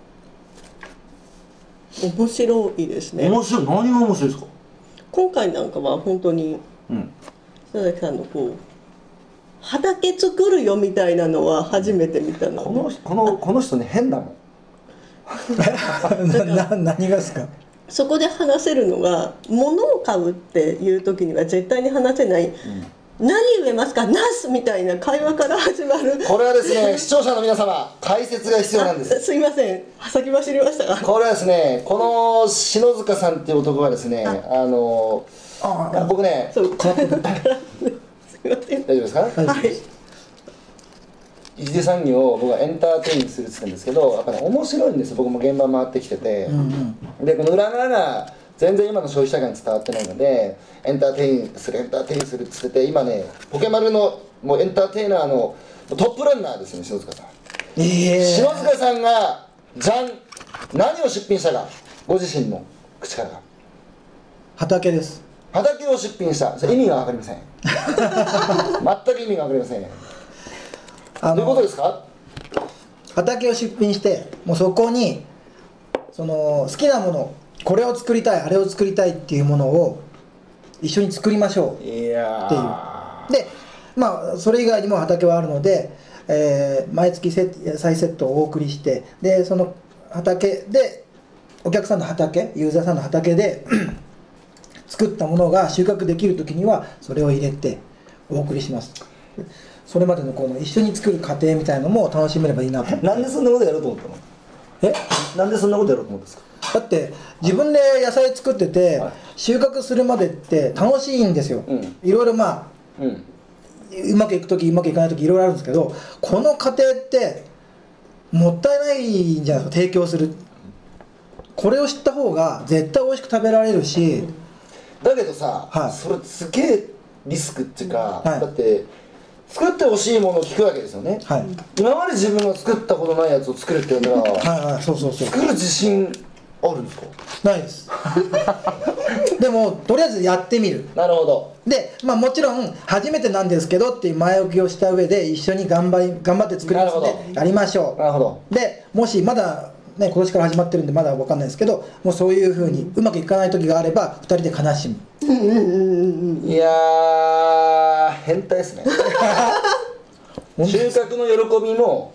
Speaker 2: 面白いですね。
Speaker 1: 面白い。何が面白いですか？
Speaker 2: 今回なんかは本当に佐々木さんのこう畑作るよみたいなのは初めて見たので、
Speaker 1: このこのこの人ね変なの
Speaker 3: なな何がですか？
Speaker 2: そこで話せるのが物を買うっていう時には絶対に話せない、うん、何植えますかナスみたいな会話から始まる。
Speaker 1: これはですね視聴者の皆様解説が必要なんです。
Speaker 2: すいません先走りましたが、
Speaker 1: これはですねこの篠塚さんっていう男がですねああのあ僕ね
Speaker 2: そうすいません大丈
Speaker 1: 夫ですか？はい一次産業を僕はエンターテインするって言ってるんですけど、やっぱり、ね、面白いんですよ。僕も現場回ってきてて、うんうん、でこの裏側が全然今の消費者側に伝わってないのでエンターテインするエンターテインするって言ってて、今ねポケマルのもうエンターテイナーのトップランナーですね篠塚さん、えー、篠塚さんがじゃん何を出品したかご自身の口から
Speaker 3: 畑です。
Speaker 1: 畑を出品した。それ意味が分かりません全く意味が分かりません。どういうことですか？
Speaker 3: 畑を出品してもうそこにその好きなものこれを作りたいあれを作りたいっていうものを一緒に作りましょうっていう。でまあそれ以外にも畑はあるので、えー、毎月セ再セットをお送りして、でその畑でお客さんの畑ユーザーさんの畑で作ったものが収穫できる時にはそれを入れてお送りします。それまでのこの一緒に作る過程みたいのも楽しめればいいなと。
Speaker 1: なんでそんなことやろうと思ったの？え？なんでそんなことやろうと思ったんですか？
Speaker 3: だって自分で野菜作ってて、はい、収穫するまでって楽しいんですよ、うん、いろいろまあ、うん、うまくいく時うまくいかない時いろいろあるんですけど、この過程ってもったいないんじゃないですか。提供するこれを知った方が絶対美味しく食べられるし、
Speaker 1: だけどさ、はい、それすげえリスクっていうか、はい、だって作ってほしいものを聞くわけですよね、はい、今まで自分が作ったことないやつを作るって言ったら、はいはい、そうそうそう、作る自信あるんですか？
Speaker 3: ないですでもとりあえずやってみる。
Speaker 1: なるほど。
Speaker 3: で、まあ、もちろん初めてなんですけどっていう前置きをした上で一緒に頑張り頑張って作りますのでやりましょう。
Speaker 1: なるほど。
Speaker 3: でもしまだね、今年から始まってるんでまだ分かんないですけど、もうそういうふうにうまくいかない時があればふたりで悲しむ。
Speaker 1: いやー変態ですね収穫の喜びも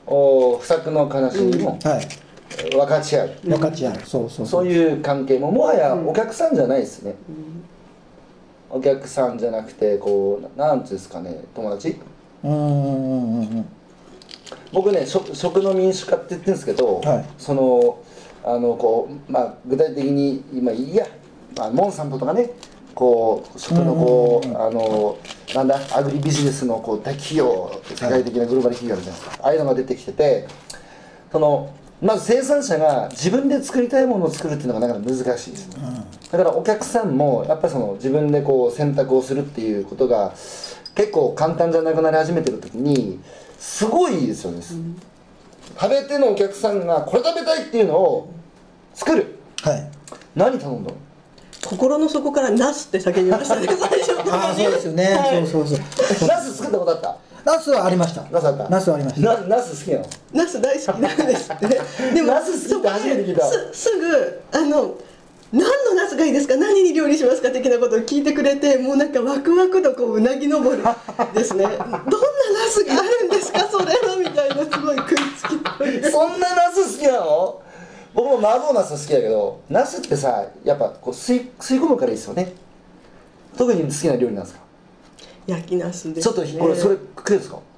Speaker 1: お不作の悲しみも
Speaker 3: はい
Speaker 1: 分かち合う、
Speaker 3: 分かち合う、そうそう
Speaker 1: そういう関係ももはやお客さんじゃないですね、お客さんじゃなくてこうなんていうんですかね、友達。
Speaker 3: うんうんうんうん。
Speaker 1: 僕ね、食食の民主化って言ってるんですけど、
Speaker 3: はい、
Speaker 1: そのあのこう、まあ、具体的に今いや、まあ、モンサントとかね、こう食のこう、うんうんうん、あのなんだアグリビジネスのこう大企業、世界的なグローバル企業あるじゃないですか、はい、ああいうのが出てきてて、そのまず生産者が自分で作りたいものを作るっていうのがなかなか難しいですね、うん、だからお客さんもやっぱりその自分でこう選択をするっていうことが結構簡単じゃなくなり始めてる時にすごいですよね、うん、食べてのお客さんがこれ食べたいっていうのを作る、
Speaker 3: はい、
Speaker 1: 何頼んだの？
Speaker 2: 心の底からナスって叫びましたね最初から。
Speaker 3: ああそうですよね、はい、そうそうそう。
Speaker 1: ナス作ったことあった？
Speaker 3: ナスはありました。
Speaker 1: ナスあった。
Speaker 3: ナスはありました。
Speaker 1: ナス好きなの？
Speaker 2: ナス大好きなんですって。でも
Speaker 1: ナス好きって初めて聞いた。
Speaker 2: すすぐあの何のナスがいいですか、何に料理しますか的なことを聞いてくれて、もうなんかワクワク度こううなぎ登るですね。どんなナスがあるんですかそれはみたいな、すごい食いつきと。
Speaker 1: そんなナス好きなの？僕も麻婆ナス好きだけど、ナスってさやっぱこう吸い吸い込むからいいですよね。特に好きな料理なんですか？
Speaker 2: 焼きナスですね。
Speaker 1: ちょっとこれそれ食えるんですか？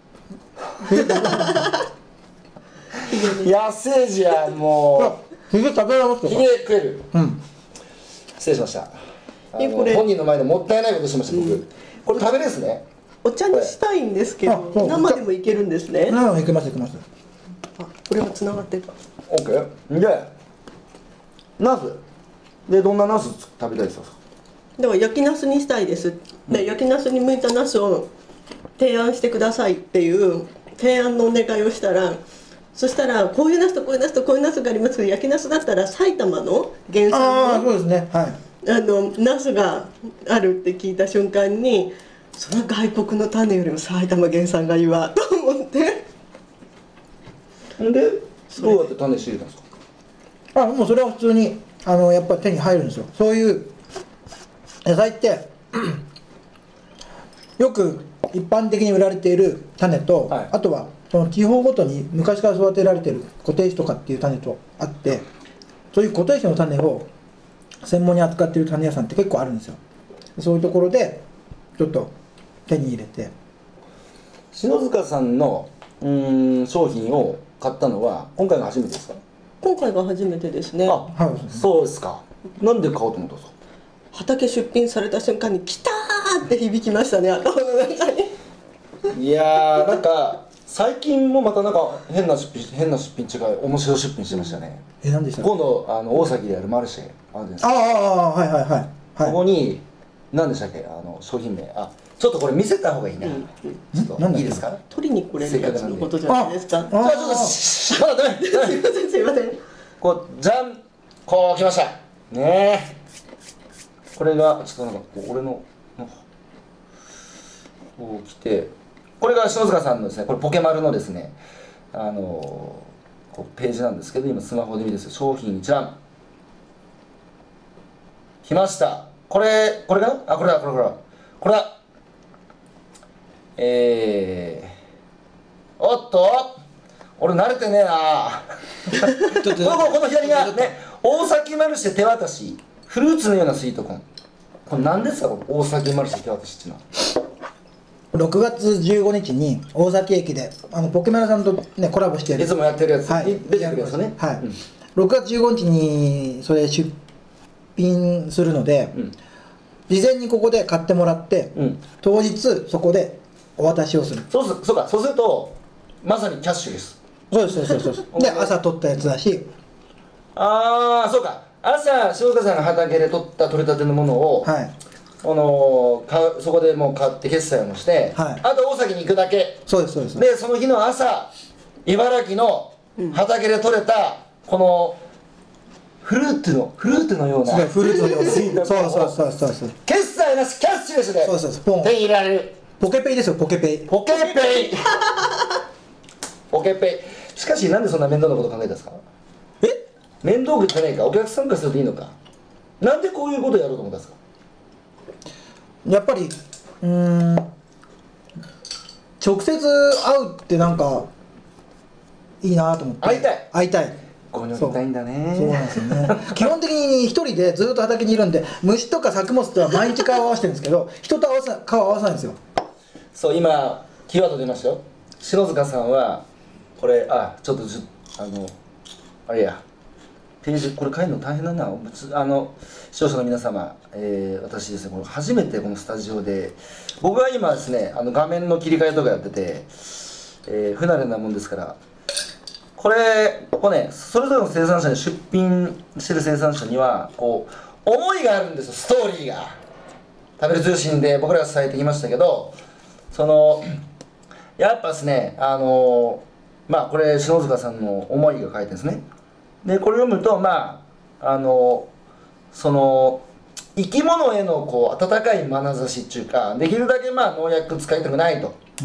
Speaker 1: 野生児やも
Speaker 3: う。ヒゲ食べられますか？
Speaker 1: ヒゲ食える。
Speaker 3: うん。
Speaker 1: 失礼しました。あの本人の前でもったいないことしました、僕、うん、これ食べれですね。
Speaker 2: お茶にしたいんですけど、生でもいけるんですね。
Speaker 3: 生でいけますいけます。
Speaker 2: あ、これは繋がってるか。
Speaker 1: オッケー。で、ナスでどんなナス食べたいですか？
Speaker 2: だから焼きナスにしたいです。で、焼きナスに向いたナスを提案してくださいっていう提案のお願いをしたら、そしたらこういうナスとこういうナスとこういうナスがありますけど、焼きナスだったら埼玉の原産の
Speaker 3: ああそうですね、はい、
Speaker 2: あのナスがあるって聞いた瞬間に、その外国の種よりも埼玉原産がいいわと思って。
Speaker 1: でどうやって種仕入れたんです
Speaker 3: か？あもうそれは普通にあのやっぱり手に入るんですよ。そういう野菜ってよく一般的に売られている種と、はい、あとはその地方ごとに昔から育てられている固定種とかっていう種とあって、そういう固定種の種を専門に扱っている種屋さんって結構あるんですよ。そういうところでちょっと手に入れて。
Speaker 1: 篠塚さんのうーん商品を買ったのは今回が初めてですか？
Speaker 2: 今回が初めてですね。
Speaker 1: あ、はい、そうですか。なんで買おうと思ったんですか？
Speaker 2: 畑出品された瞬間に「来た!」って響きましたね、頭の中に。
Speaker 1: いやーなんか最近もまたなんか変な出品変な出品違う面白い出品してましたね。
Speaker 3: え、何でしたっけ？
Speaker 1: 今度あの大崎であるマルシェあるじゃないですか。
Speaker 3: ああはいはいはい、はい、
Speaker 1: ここに何でしたっけ、あの商品名、あちょっとこれ見せた方がいいな、うんうん、ちょっといいですか？
Speaker 2: 取りに来れるやつのことじゃないですか。
Speaker 1: じゃあちょっとしまだダメ
Speaker 2: すいませんすいません。
Speaker 1: こうじゃん、こう来ましたねえ。これがちょっとなんかこう俺のこう来て、これが篠塚さんのですね、これポケマルのですね、あのこうページなんですけど、今スマホで見るんですよ。商品一覧来ました。これこれかなあ、これだこれこれだこれだ。えー、おっと俺慣れてねえなちょっとこの左がね、大崎マルシェ手渡しフルーツのようなスイートコーン、これ何ですか、これ大崎マルシェ手渡しっていうのは。
Speaker 3: ろくがつじゅうごにちに大崎駅であのポケマルさんと、ね、コラボしてる
Speaker 1: いつもやってるやつ、
Speaker 3: はい、
Speaker 1: 出てくるやつね、
Speaker 3: はい、うん、ろくがつじゅうごにちにそれ出品するので、うん、事前にここで買ってもらって、うん、当日そこでお渡しをする。
Speaker 1: そうすそうか、そうするとまさにキャッシュです。
Speaker 3: そうですそうですそうですで朝取ったやつだし、
Speaker 1: ああそうか、朝塩塚さんが畑で取った取れたてのものを、はい、あの買う、そこでもう買って決済もして、はい、あと大崎に行くだけ。
Speaker 3: そうですそうです。
Speaker 1: でその日の朝茨城の畑で取れたこのフルーツのフルーツのような
Speaker 3: フルーツのようなそうそうそうそうそう、
Speaker 1: 決済なしキャッシュレスで
Speaker 3: そうそうそう
Speaker 1: 手に入れられる。
Speaker 3: ポケペイですよ、ポケペイ
Speaker 1: ポケペイポケペイ。しかしなんでそんな面倒なこと考えたんですか？
Speaker 3: え
Speaker 1: 面倒くじゃないか、お客さんからするといいのか、なんでこういうことをやろうと思ったんですか？
Speaker 3: やっぱりうーん直接会うってなんかいいなと思って
Speaker 1: 会いたい
Speaker 3: 会いたい
Speaker 1: ゴニョみたいんだね。
Speaker 3: そうなんですよね基本的に一人でずっと畑にいるんで虫とか作物とは毎日顔合わせてるんですけど人と合わせ顔合わせないんですよ。
Speaker 1: そう今キーワード出ましたよ。篠塚さんはこれあちょっとじゅあのあれやページこれ書いるの大変だな。あの視聴者の皆様、えー、私ですねこれ初めてこのスタジオで僕は今ですねあの画面の切り替えとかやってて、えー、不慣れなもんですからこれこうねそれぞれの生産者に出品してる生産者にはこう思いがあるんですよ。ストーリーが食べる通信で僕らが伝えてきましたけどそのやっぱですねあのまあこれ篠塚さんの思いが書いてるんですね。でこれ読むとまああのその生き物へのこう温かい眼差しっていうかできるだけまあ農薬使いたくないと、うん、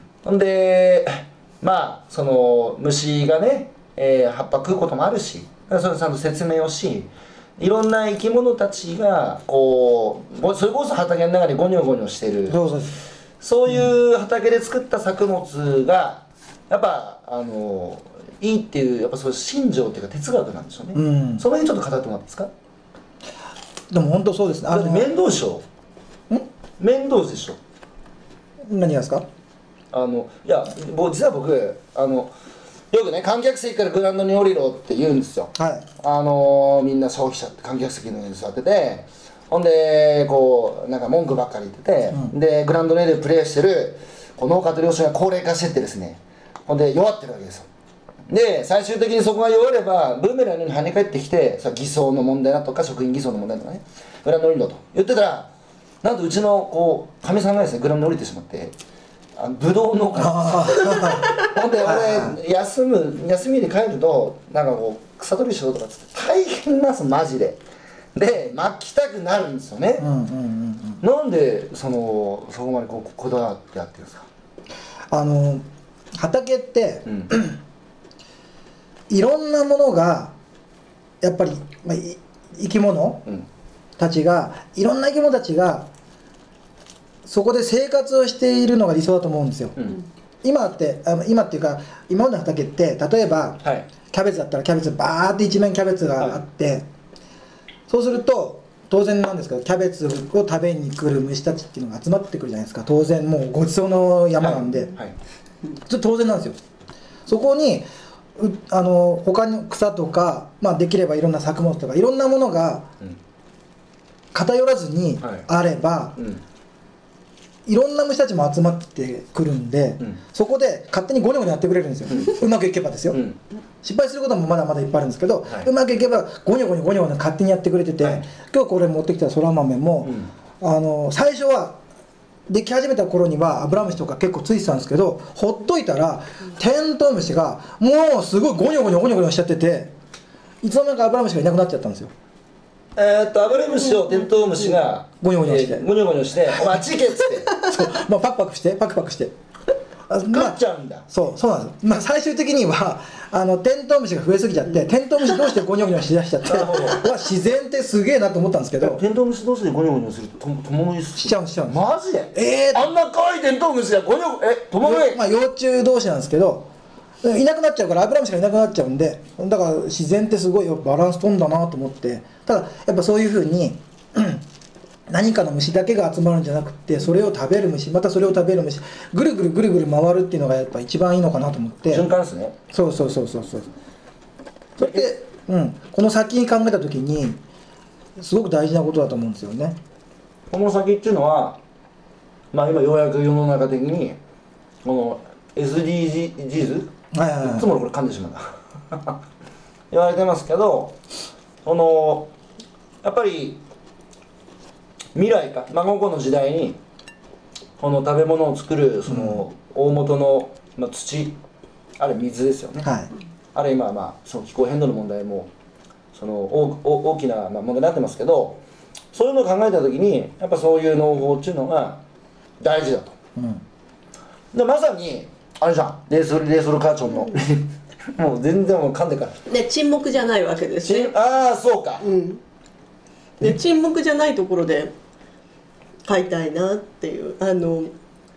Speaker 1: ほんでまあその虫がね、えー、葉っぱ食うこともあるしそれちゃんと説明をしいろんな生き物たちがこうそれこそ畑の中でゴニョゴニョしてる
Speaker 3: そうそう
Speaker 1: そういう畑で作った作物がやっぱあのいいっていうやっぱそういう心情っていうか哲学なんでしょうね、うん、その辺ちょっと語ってもらっていいですか。
Speaker 3: でも本当そうですね。
Speaker 1: だって面倒でしょ。ん面倒でしょ。
Speaker 3: 何がですか。
Speaker 1: あのいや僕実は僕あのよくね観客席からグラウンドに降りろって言うんですよ、はい、あのみんな消費者って観客席の上に座っててほんでこうなんか文句ばっかり言ってて、うん、でグラウンドの上でプレーしてるこう農家と漁師が高齢化してってですねほんで弱ってるわけですよ。で最終的にそこが弱ればブーメランのように跳ね返ってきてさ偽装の問題だとか食品偽装の問題とかねグラウンド降りろと言ってたらなんとうちのこうかみさんがですねグラウンド降りてしまってあのブドウ農家ほんで俺休む休みに帰るとなんかこう草取りしろとかっつって大変なんですマジでで巻きたくなるんですよね、うんうんうんうん、なんでそのそこまでこうこだわってやってるんですか。
Speaker 3: あの畑って、うんいろんなものがやっぱり、まあ、生き物たちが、うん、いろんな生き物たちがそこで生活をしているのが理想だと思うんですよ、うん、今ってあの今っていうか今までの畑って例えば、はい、キャベツだったらキャベツバーって一面キャベツがあって、はい、そうすると当然なんですけどキャベツを食べに来る虫たちっていうのが集まってくるじゃないですか。当然もうごちそうの山なんで、はいはい、ちょっと当然なんですよ。そこにあの他の草とか、まあ、できればいろんな作物とかいろんなものが偏らずにあれば、はいうん、いろんな虫たちも集まってくるんで、うん、そこで勝手にゴニョゴニョやってくれるんですよ、うん、うまくいけばですよ、うん、失敗することもまだまだいっぱいあるんですけど、はい、うまくいけばゴニョゴニョゴニョゴニョ勝手にやってくれてて、はい、今日これ持ってきたそら豆も、うん、あの最初はでき始めた頃にはアブラムシとか結構ついてたんですけどほっといたらテントウムシがもうすごいゴニョゴニョゴニョゴニョしちゃってていつの間にかアブラムシがいなくなっちゃったんですよ。
Speaker 1: えー、っとアブラムシをテントウムシが
Speaker 3: ゴニョゴニョして、え
Speaker 1: ー、ゴニョゴニョして「お前あっち行け」っつって
Speaker 3: そう、まあ、パクパクしてパクパクして
Speaker 1: あ勝っちゃうんだ、まあ、
Speaker 3: そうそうなんです、まあ、最終的にはあのテントウムシが増えすぎちゃってテントウムシどうしてゴニョゴニョしだしちゃって自然ってすげえなと思ったんですけど
Speaker 1: テントウムシ同士でゴニョゴニョすると共食い
Speaker 3: しちゃうんしちゃうん
Speaker 1: マジで
Speaker 3: えー、
Speaker 1: あんな可愛いテントウムシがゴニョゴニョえ共食い
Speaker 3: まあ幼虫同士なんですけどいなくなっちゃうからアブラムシがいなくなっちゃうんでだから自然ってすごいバランスとんだなと思ってただやっぱそういうふうに何かの虫だけが集まるんじゃなくてそれを食べる虫またそれを食べる虫ぐるぐるぐるぐる回るっていうのがやっぱ一番いいのかなと思って
Speaker 1: 循環ですね。
Speaker 3: そうそうそうそうそうそれで、うん、この先に考えた時にすごく大事なことだと思うんですよね。
Speaker 1: この先っていうのはまあ今ようやく世の中的にこの エスディージーズ、はいはいはい、いつもこれ噛んでしまった言われてますけどそのやっぱり未来か孫子の時代にこの食べ物を作るその大元の、まあ、土あれ水ですよね、はい、あれ今まあその気候変動の問題もその大, 大きなまあ問題になってますけどそういうのを考えた時にやっぱそういう農法っていうのが大事だと、うん、でまさにあれじゃんレーソルレーソルカーチョンのもう全然もう噛んでから
Speaker 2: で沈黙じゃないわけですね。
Speaker 1: ああそうか、うん、
Speaker 2: で沈黙じゃないところで買いたいなっていうあの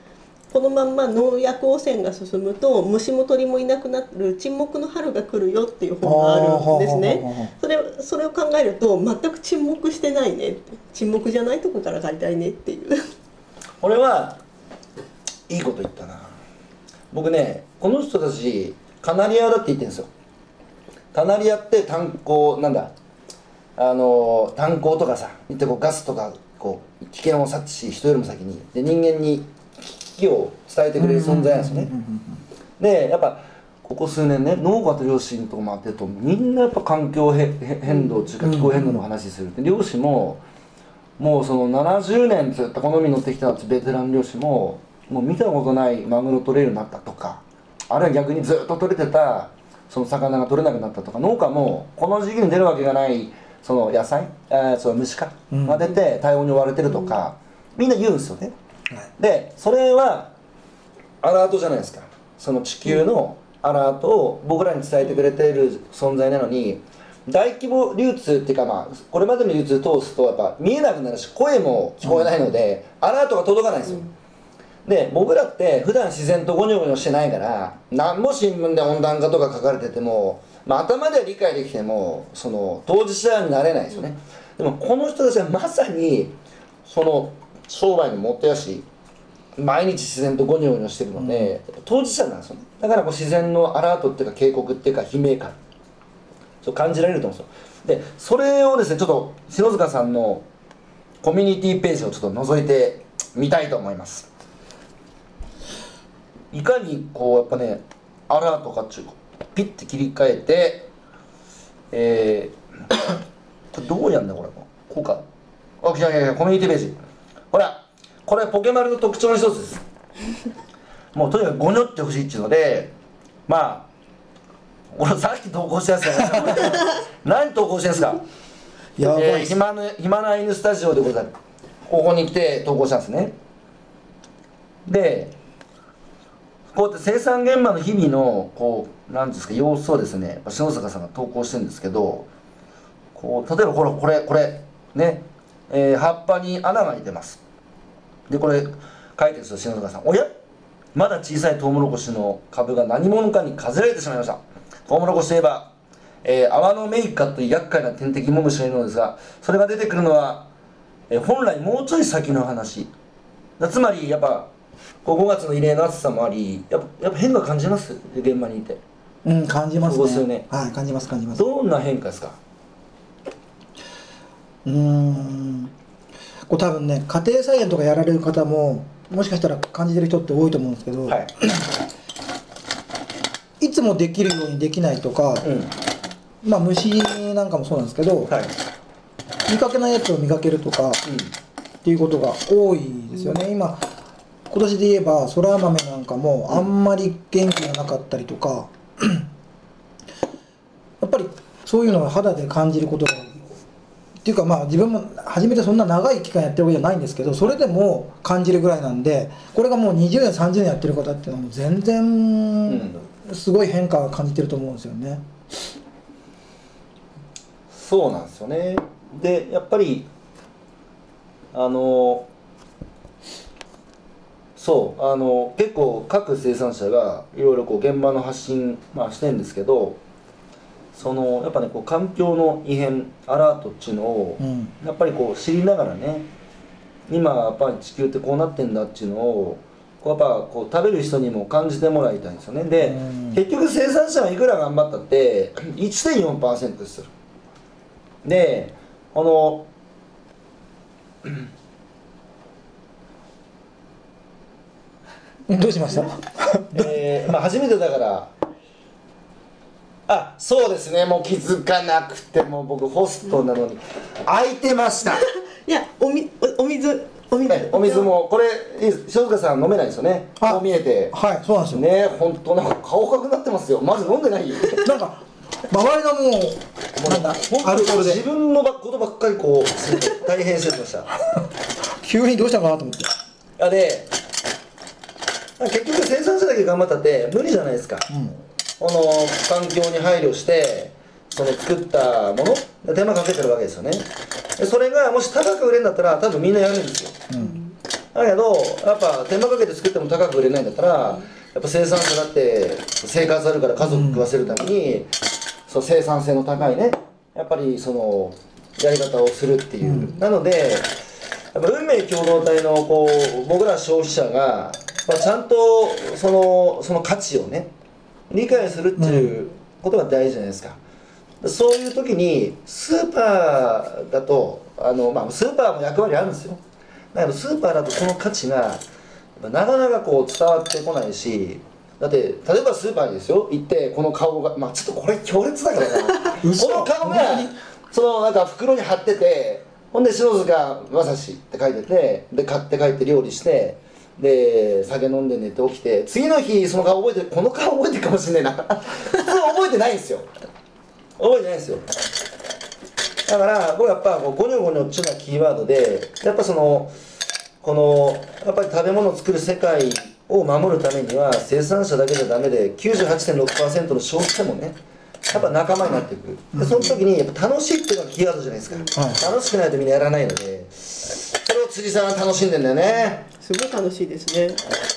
Speaker 2: このまんま農薬汚染が進むと虫も鳥もいなくなる沈黙の春が来るよっていう本があるんですね。それそれを考えると全く沈黙してないねって、沈黙じゃないとこから借りたいねっていう。
Speaker 1: 俺はいいこと言ったな。僕ね、この人たちカナリアだって言ってるんですよ。カナリアって炭鉱なんだ、あの炭鉱とかさ、言ってこうガスとかこう危険を察知し人よりも先にで人間に危機を伝えてくれる存在なんですよね。でやっぱここ数年ね、農家と漁師のとこ回ってるとみんなやっぱ環境変動っていうか気候変動の話する。で漁師ももうそのななじゅうねんずっとこの海に乗ってきたベテラン漁師ももう見たことないマグロ取れるようになったとか、あるいは逆にずっと取れてたその魚が取れなくなったとか、農家もこの時期に出るわけがないその野菜、えー、その虫かが出て対応に追われてるとか、みんな言うんですよね。でそれはアラートじゃないですか。その地球のアラートを僕らに伝えてくれている存在なのに、大規模流通っていうか、まあこれまでの流通通すとやっぱ見えなくなるし声も聞こえないので、うん、アラートが届かないんですよ。で僕らって普段自然とゴニョゴニョしてないから、何も新聞で温暖化とか書かれてても、まあ、頭では理解できてもその当事者になれないですよね。でもこの人たちはまさにその商売にもってやし、毎日自然とゴニョゴニョしてるので、うん、当事者なんですよね。だからこう自然のアラートっていうか警告っていうか悲鳴感そう感じられると思うんですよ。でそれをですね、ちょっと篠塚さんのコミュニティページをちょっと覗いてみたいと思います。いかにこうやっぱねアラートかっちゅうピッて切り替えて、えー、これどうやんだこれ、こうか、あ、いやいやいやコミュニティページ、ほらこれポケマルの特徴の一つです。もうとにかくゴニョってほしいっていうので、まあ俺さっき投稿したやつじゃないですか。何投稿してんですか。やばい、えー、暇の暇な犬スタジオでござる。ここに来て投稿したんですね。でこうやって生産現場の日々のこう何ですか様子をですね、篠塚さんが投稿してるんですけど、こう例えばこれこれこれね、えー、葉っぱに穴が開いてます。でこれ書いてるんですよ篠塚さん。おやまだ小さいトウモロコシの株が何者かにかじられてしまいました。トウモロコシといえば、えー、アワノメイカという厄介な天敵モムシがいるのですが、それが出てくるのは、えー、本来もうちょい先の話だ。つまりやっぱごがつの異例の暑さもあり、やっぱやっぱ変化感じます、現場にいて。
Speaker 3: うん、感じますね。
Speaker 1: そうですよね。
Speaker 3: はい、感じます感じます。
Speaker 1: どんな変化ですか。
Speaker 3: うーん、こう多分ね、家庭菜園とかやられる方ももしかしたら感じてる人って多いと思うんですけど、はい、いつもできるようにできないとか、うん、まあ虫なんかもそうなんですけど、はい、見かけないやつを見かけるとか、うん、っていうことが多いですよね。うん、今今年で言えばそら豆なんかもあんまり元気がなかったりとか、うん、やっぱりそういうのを肌で感じることがっていうか、まあ自分も初めてそんな長い期間やってるわけじゃないんですけど、それでも感じるぐらいなんで、これがもうにじゅうねんさんじゅうねんやってる方っていうのはもう全然すごい変化を感じてると思うんですよね。
Speaker 1: そうなんですよね。でやっぱりあのそうあの結構各生産者がいろいろこう現場の発信、まあ、してるんですけど、そのやっぱねこう環境の異変アラートっていうのを、うん、やっぱりこう知りながらね、今やっぱり地球ってこうなってんだっていうのをこうやっぱこう食べる人にも感じてもらいたいんですよね。で、うん、結局生産者がいくら頑張ったって いってんよんパーセント ですよ。でこの
Speaker 3: どうしました？
Speaker 1: えーまあ、初めてだから、あ、そうですね、もう気づかなくても僕ホストなのに開いてました。
Speaker 2: いや、おみお水お水、
Speaker 1: はい、お水もこれ塩塚さん飲めないですよね。こう見えて、
Speaker 3: はい、そうなんですよ
Speaker 1: ね。本当なんか顔赤くなってますよ。まず飲んでない？
Speaker 3: なんか周りがもうなんだ
Speaker 1: アルコールで自分のことばっかりこう大変してました。
Speaker 3: 急にどうしたのかなと思って。
Speaker 1: あで結局生産者だけ頑張ったって無理じゃないですか。うん、この環境に配慮してその作ったもの手間かけてるわけですよね。でそれがもし高く売れるんだったら多分みんなやるんですよ。うん、 だけどやっぱ手間かけて作っても高く売れないんだったら、やっぱ生産者だって生活あるから家族食わせるために、うん、そう生産性の高いねやっぱりそのやり方をするっていう、うん、なのでやっぱ運命共同体のこう僕ら消費者が、まあ、ちゃんとそのその価値をね理解するっていうことが大事じゃないですか。そういう時にスーパーだとあの、まあ、スーパーも役割あるんですよ。だけどスーパーだとその価値がなかなかこう伝わってこないし、だって例えばスーパーにですよ行ってこの顔がまあちょっとこれ強烈だからなこの顔がそのなんか袋に貼ってて、ほんで篠塚正史って書いてて、で買って帰って料理してで酒飲んで寝て起きて次の日その顔覚えてる、この顔覚えてるかもしれないな普通覚えてないんですよ、覚えてないんですよ。だから僕やっぱこうゴニョゴニョっちゅうのはキーワードで、やっぱそのこのやっぱり食べ物を作る世界を守るためには生産者だけじゃダメで きゅうじゅうはちてんろくパーセント の消費者もねやっぱ仲間になっていく。でその時にやっぱ楽しいっていうのがキーワードじゃないですか、はい、楽しくないとみんなやらないので、それを辻さんは楽しんでんだよね。
Speaker 2: すごい楽しいですね。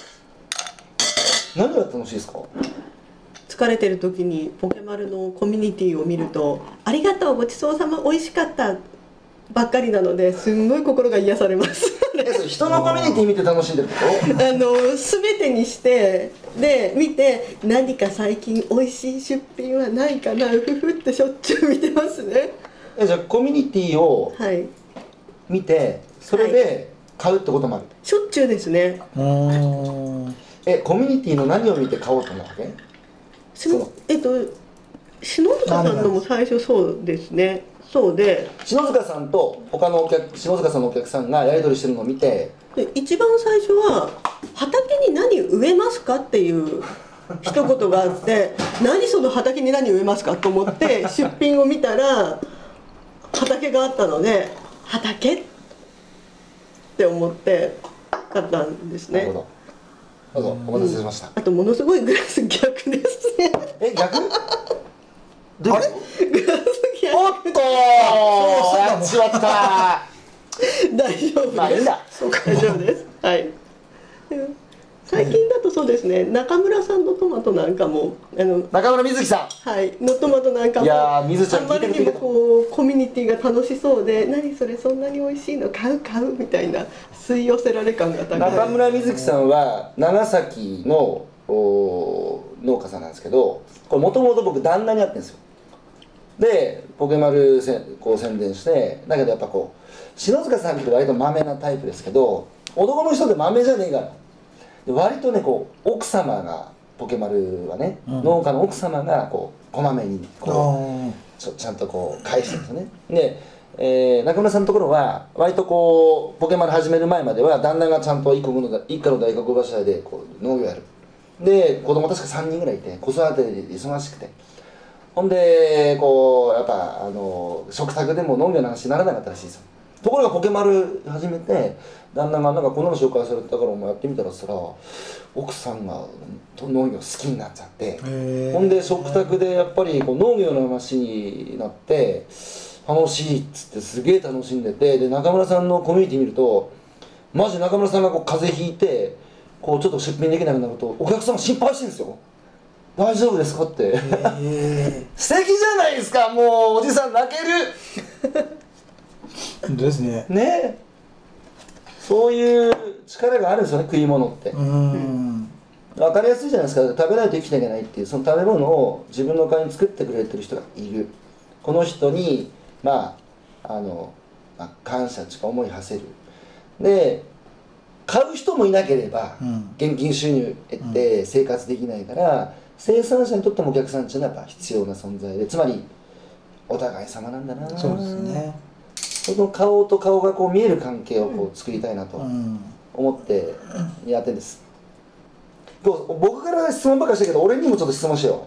Speaker 1: 何が楽しいですか？
Speaker 2: 疲れてる時にポケマルのコミュニティを見るとありがとうごちそうさま美味しかったばっかりなので、すんごい心が癒されます
Speaker 1: 人のコミュニティ見て楽しんでるってこと？
Speaker 2: あの全てにしてで見て、何か最近美味しい出品はないかな、うふふってしょっちゅう見てますね。
Speaker 1: えじゃあコミュニティを見てそれで買うってこともある？
Speaker 2: しょっちゅうですね。
Speaker 1: えコミュニティの何を見て買おうと思うわけ？
Speaker 2: しのえっと篠塚さんのも最初そうですね。そうで
Speaker 1: 篠塚さんと他のお客篠塚さんのお客さんがやり取りしてるのを見て、
Speaker 2: で一番最初は畑に何植えますかっていう一言があって何その畑に何植えますかと思って出品を見たら畑があったので畑って思って買ったんですね。
Speaker 1: なるほど。どうぞお待たせしました、
Speaker 2: うん、あとものすごいグラス逆ですね。
Speaker 1: え逆？あれ？
Speaker 2: グラス逆。
Speaker 1: おっとーやっちまった
Speaker 2: 大丈夫です。
Speaker 1: まあいいんだ。
Speaker 2: 大丈夫です。はい。最近だとそうですね、中村さんのトマトなんかもあの
Speaker 1: 中村瑞希さ
Speaker 2: んはいのトマトなんかも
Speaker 1: いやー水ちゃん
Speaker 2: あんまりにもこうコミュニティが楽しそうで、何それそんなに美味しいの買う買うみたいな吸い寄せられ感が高い。
Speaker 1: 中村瑞希さんは長崎の農家さんなんですけど、これもともと僕旦那に会ってるんですよ。でポケマルせこう宣伝して、だけどやっぱこう篠塚さんって割とマメなタイプですけど、男の人でマメじゃねえからで割とねこう奥様がポケマルはね、うん、農家の奥様がこうこまめにこうち, ょちゃんとこう返してるんですよね。で、えー、中村さんのところは割とこうポケマル始める前までは旦那がちゃんと一国の一家の大学柱でこう農業やる。で子供確かさんにんぐらいいて子育てで忙しくて、ほんでこうやっぱあの食卓でも農業の話にならなかったらしいですよ。ところがポケマル始めて旦那がなんかこんなの紹介されたからお前やってみたらさ、奥さんが農業好きになっちゃって、ほんで食卓でやっぱりこう農業の話になって楽しいっつってすげえ楽しんでて、で中村さんのコミュニティ見るとマジ中村さんがこう風邪ひいてこうちょっと出品できなくなるとお客さんが心配してるんですよ。大丈夫ですかって素敵じゃないですか。もうおじさん泣ける
Speaker 3: 本当ですね。
Speaker 1: ね、そういう力があるんですよね、食い物って。うん分かりやすいじゃないですか。食べないと生きていけないっていう、その食べ物を自分の代わりに作ってくれてる人がいる。この人にまああの、まあ、感謝というか思いを馳せる。で買う人もいなければ、うん、現金収入得て生活できないから、うん、生産者にとってもお客さんっていうのはやっぱ必要な存在で、つまりお互い様なんだな。
Speaker 3: そうですね。
Speaker 1: その顔と顔がこう見える関係をこう作りたいなと思ってやってるんです。今日僕から質問ばっかりしたけど、俺にもちょっと質問しよ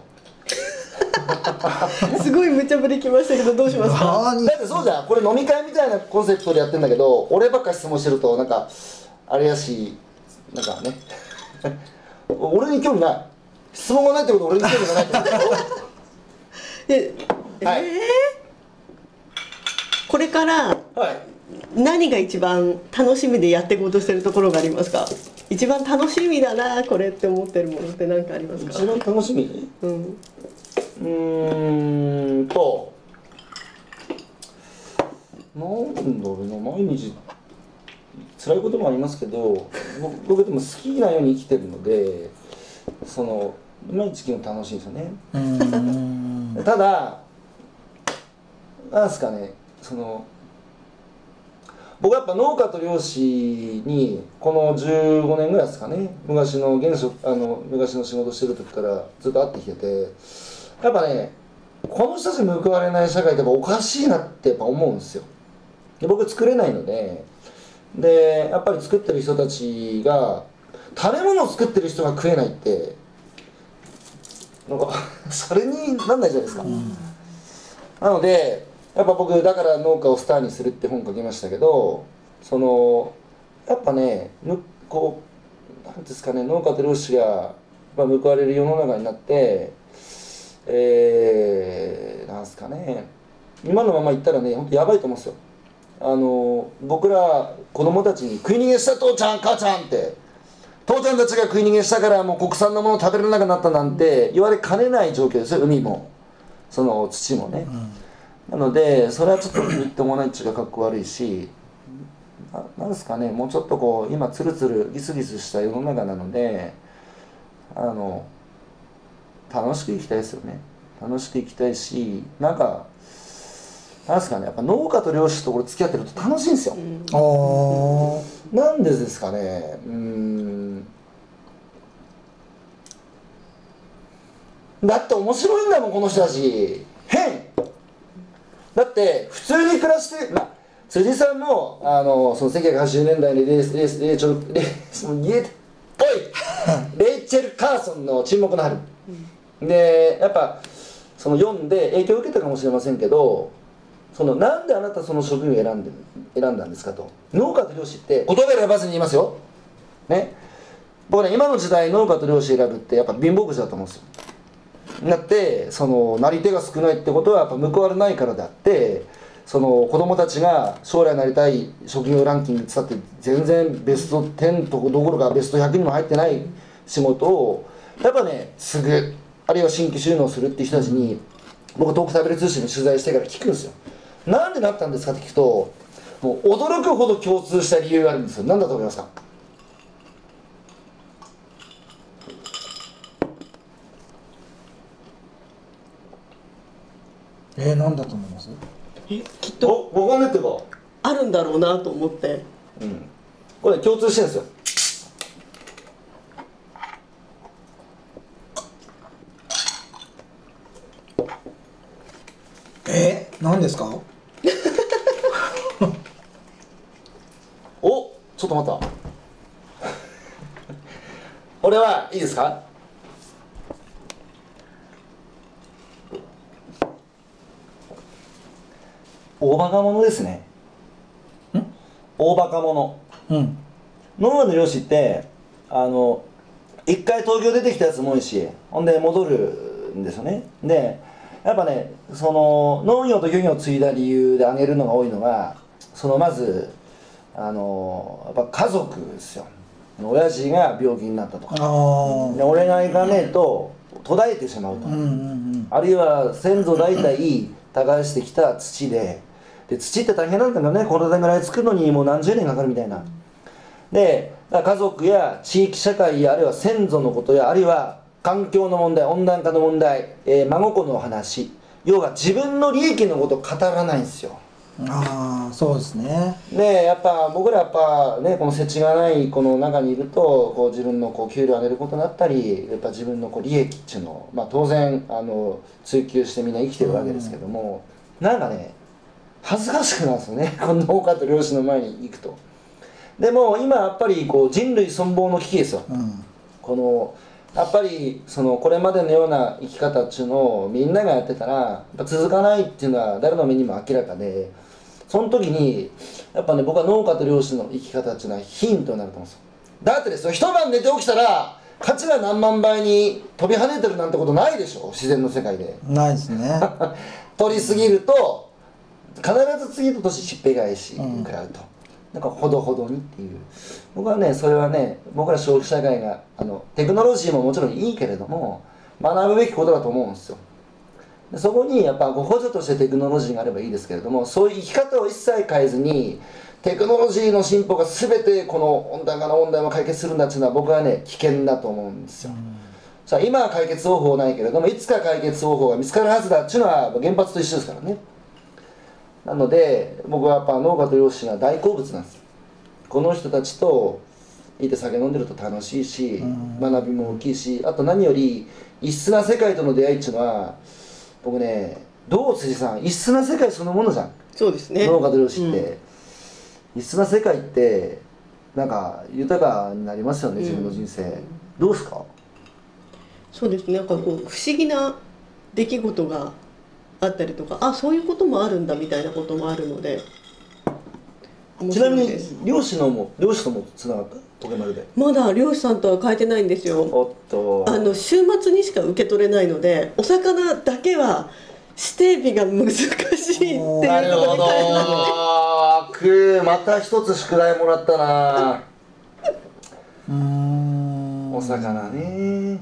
Speaker 2: うすごい無茶ぶりきましたけどどうしますか？
Speaker 1: だってそうじゃん、これ飲み会みたいなコンセプトでやってるんだけど、俺ばっかり質問してるとなんかあれやし、なんかね俺に興味ない、質問がないってことは俺に興味がないってこと
Speaker 2: え、はい、えーこれから何が一番楽しみでやっていこうとしてるところがありますか？一番楽しみだなこれって思ってるものって何かありますか？
Speaker 1: 一番楽しみ、うん、うーんとなんだろうな、毎日辛いこともありますけど、僕でも好きなように生きてるので、その毎日生きるの楽しいですよね。うーんただなんですかね、その僕はやっぱ農家と漁師にこのじゅうごねんぐらいですかね、昔の現職あの昔の仕事してる時からずっと会ってきてて、やっぱねこの人たちに報われない社会ってやっぱおかしいなってやっぱ思うんですよ。で僕作れないので、でやっぱり作ってる人たちが食べ物を作ってる人が食えないってなんかそれになんないじゃないですか、うん、なのでやっぱ僕だから農家をスターにするって本書きましたけど、そのやっぱねこうなんですかね、農家と漁師が報われる世の中になって、えー、なんですかね、今のままいったらね本当やばいと思うんですよ。あの僕ら子供たちに食い逃げした父ちゃん母ちゃんって父ちゃんたちが食い逃げしたからもう国産のもの食べられなくなったなんて言われかねない状況ですよ、海もその土もね、うん、なのでそれはちょっとみっともないっちゅうかかっこ悪いし、な, なんですかね、もうちょっとこう今ツルツルギスギスした世の中なので、あの楽しく生きたいですよね。楽しく生きたいし、なんかなんですかね、やっぱ農家と漁師とこれ付き合ってると楽しいんですよ、うん、あなんでですかね、うーんだって面白いんだもんこの人たち。変だって普通に暮らして、まあ、辻さんもあのそのせんきゅうひゃくはちじゅうねんだいにレイレイレイチョレイその家でおいレイチェル・カーソンの沈黙の春、うん、でやっぱその読んで影響を受けたかもしれませんけど、そのなんであなたその職業を選んで選んだんですかと。農家と漁師って言葉選ばずに言いますよね。僕ね今の時代農家と漁師選ぶってやっぱ貧乏くじだと思うんですよ。だってそのなり手が少ないってことはやっぱ報われないからであって、その子供たちが将来なりたい職業ランキングって言ったって全然ベストじゅうとどころかベストひゃくにも入ってない仕事をやっぱね継ぐ、あるいは新規収納するっていう人たちに僕東北食べる通信の取材してから聞くんですよ。なんでなったんですかって聞くと、もう驚くほど共通した理由があるんですよ。何だと思いますか？
Speaker 3: えー、何だと思います？
Speaker 2: えきっと
Speaker 1: 分かんないっていうか
Speaker 2: あるんだろうなと思って、
Speaker 1: うん、これ共通してるんですよ。
Speaker 3: えー、何ですか？
Speaker 1: お、ちょっと待った。これはいいですか？大バカ者ですね。ん？大バカ者。うん。農家の漁師ってあの一回東京出てきたやつも多いし、ほんで戻るんですよね。でやっぱね、その農業と漁業を継いだ理由で挙げるのが多いのが、そのまずあのやっぱ家族ですよ。親父が病気になったとか、で俺が行かねえと途絶えてしまうと、うんうんうん、あるいは先祖代々耕してきた土で、で土って大変なんだよね、これぐらい作るのにもう何十年かかるみたいな。で家族や地域社会やあるいは先祖のことやあるいは環境の問題、温暖化の問題、えー、孫子の話、要は自分の利益のことを語らないんですよ。
Speaker 3: ああ、そうですね。
Speaker 1: でやっぱ僕らやっぱねこの世知がないこの中にいるとこう自分のこう給料を上げることになったり、やっぱ自分のこう利益っていうのを、まあ、当然あの追求してみんな生きてるわけですけども、うん、なんかね恥ずかしくなるんですよね、この農家と漁師の前に行くと。でも今やっぱりこう人類存亡の危機ですよ、うん、このやっぱりそのこれまでのような生き方っていうのをみんながやってたらやっぱ続かないっていうのは誰の目にも明らかで、その時にやっぱね僕は農家と漁師の生き方っていうのはヒントになると思うんですよ。だってですよ、一晩寝て起きたら価値が何万倍に飛び跳ねてるなんてことないでしょ、自然の世界で。
Speaker 3: ないですね。
Speaker 1: 取りすぎると必ず次の年しっぺ返し食らうと、なんかほどほどにっていう、僕はねそれはね、僕ら消費社会があのテクノロジーももちろんいいけれども学ぶべきことだと思うんですよ。でそこにやっぱご補助としてテクノロジーがあればいいですけれども、そういう生き方を一切変えずにテクノロジーの進歩が全てこの温暖化の問題を解決するんだっていうのは僕はね危険だと思うんですよ。さあ今は解決方法ないけれどもいつか解決方法が見つかるはずだっていうのは原発と一緒ですからね。なので僕はやっぱ農家と漁師が大好物なんです。この人たちといて酒飲んでると楽しいし、学びも大きいし、あと何より異質な世界との出会いっていうのは僕ね、どう辻さん、異質な世界そのものじゃん。
Speaker 2: そうですね、
Speaker 1: 農家と漁師って、うん、異質な世界ってなんか豊かになりますよね、自分の人生、うん、どうですか？
Speaker 2: そうですね、なんかこう不思議な出来事があったりとか、あ、そういうこともあるんだみたいなこともあるので。
Speaker 1: ちなみに漁師のも漁師ともつながったポケマルで。
Speaker 2: まだ漁師さんとは変えてないんですよ。
Speaker 1: おっと、
Speaker 2: あの週末にしか受け取れないので、お魚だけは指定日が難しいっていうところに変えたので。
Speaker 1: くまた一つ宿題もらったな。うーん、お魚ね。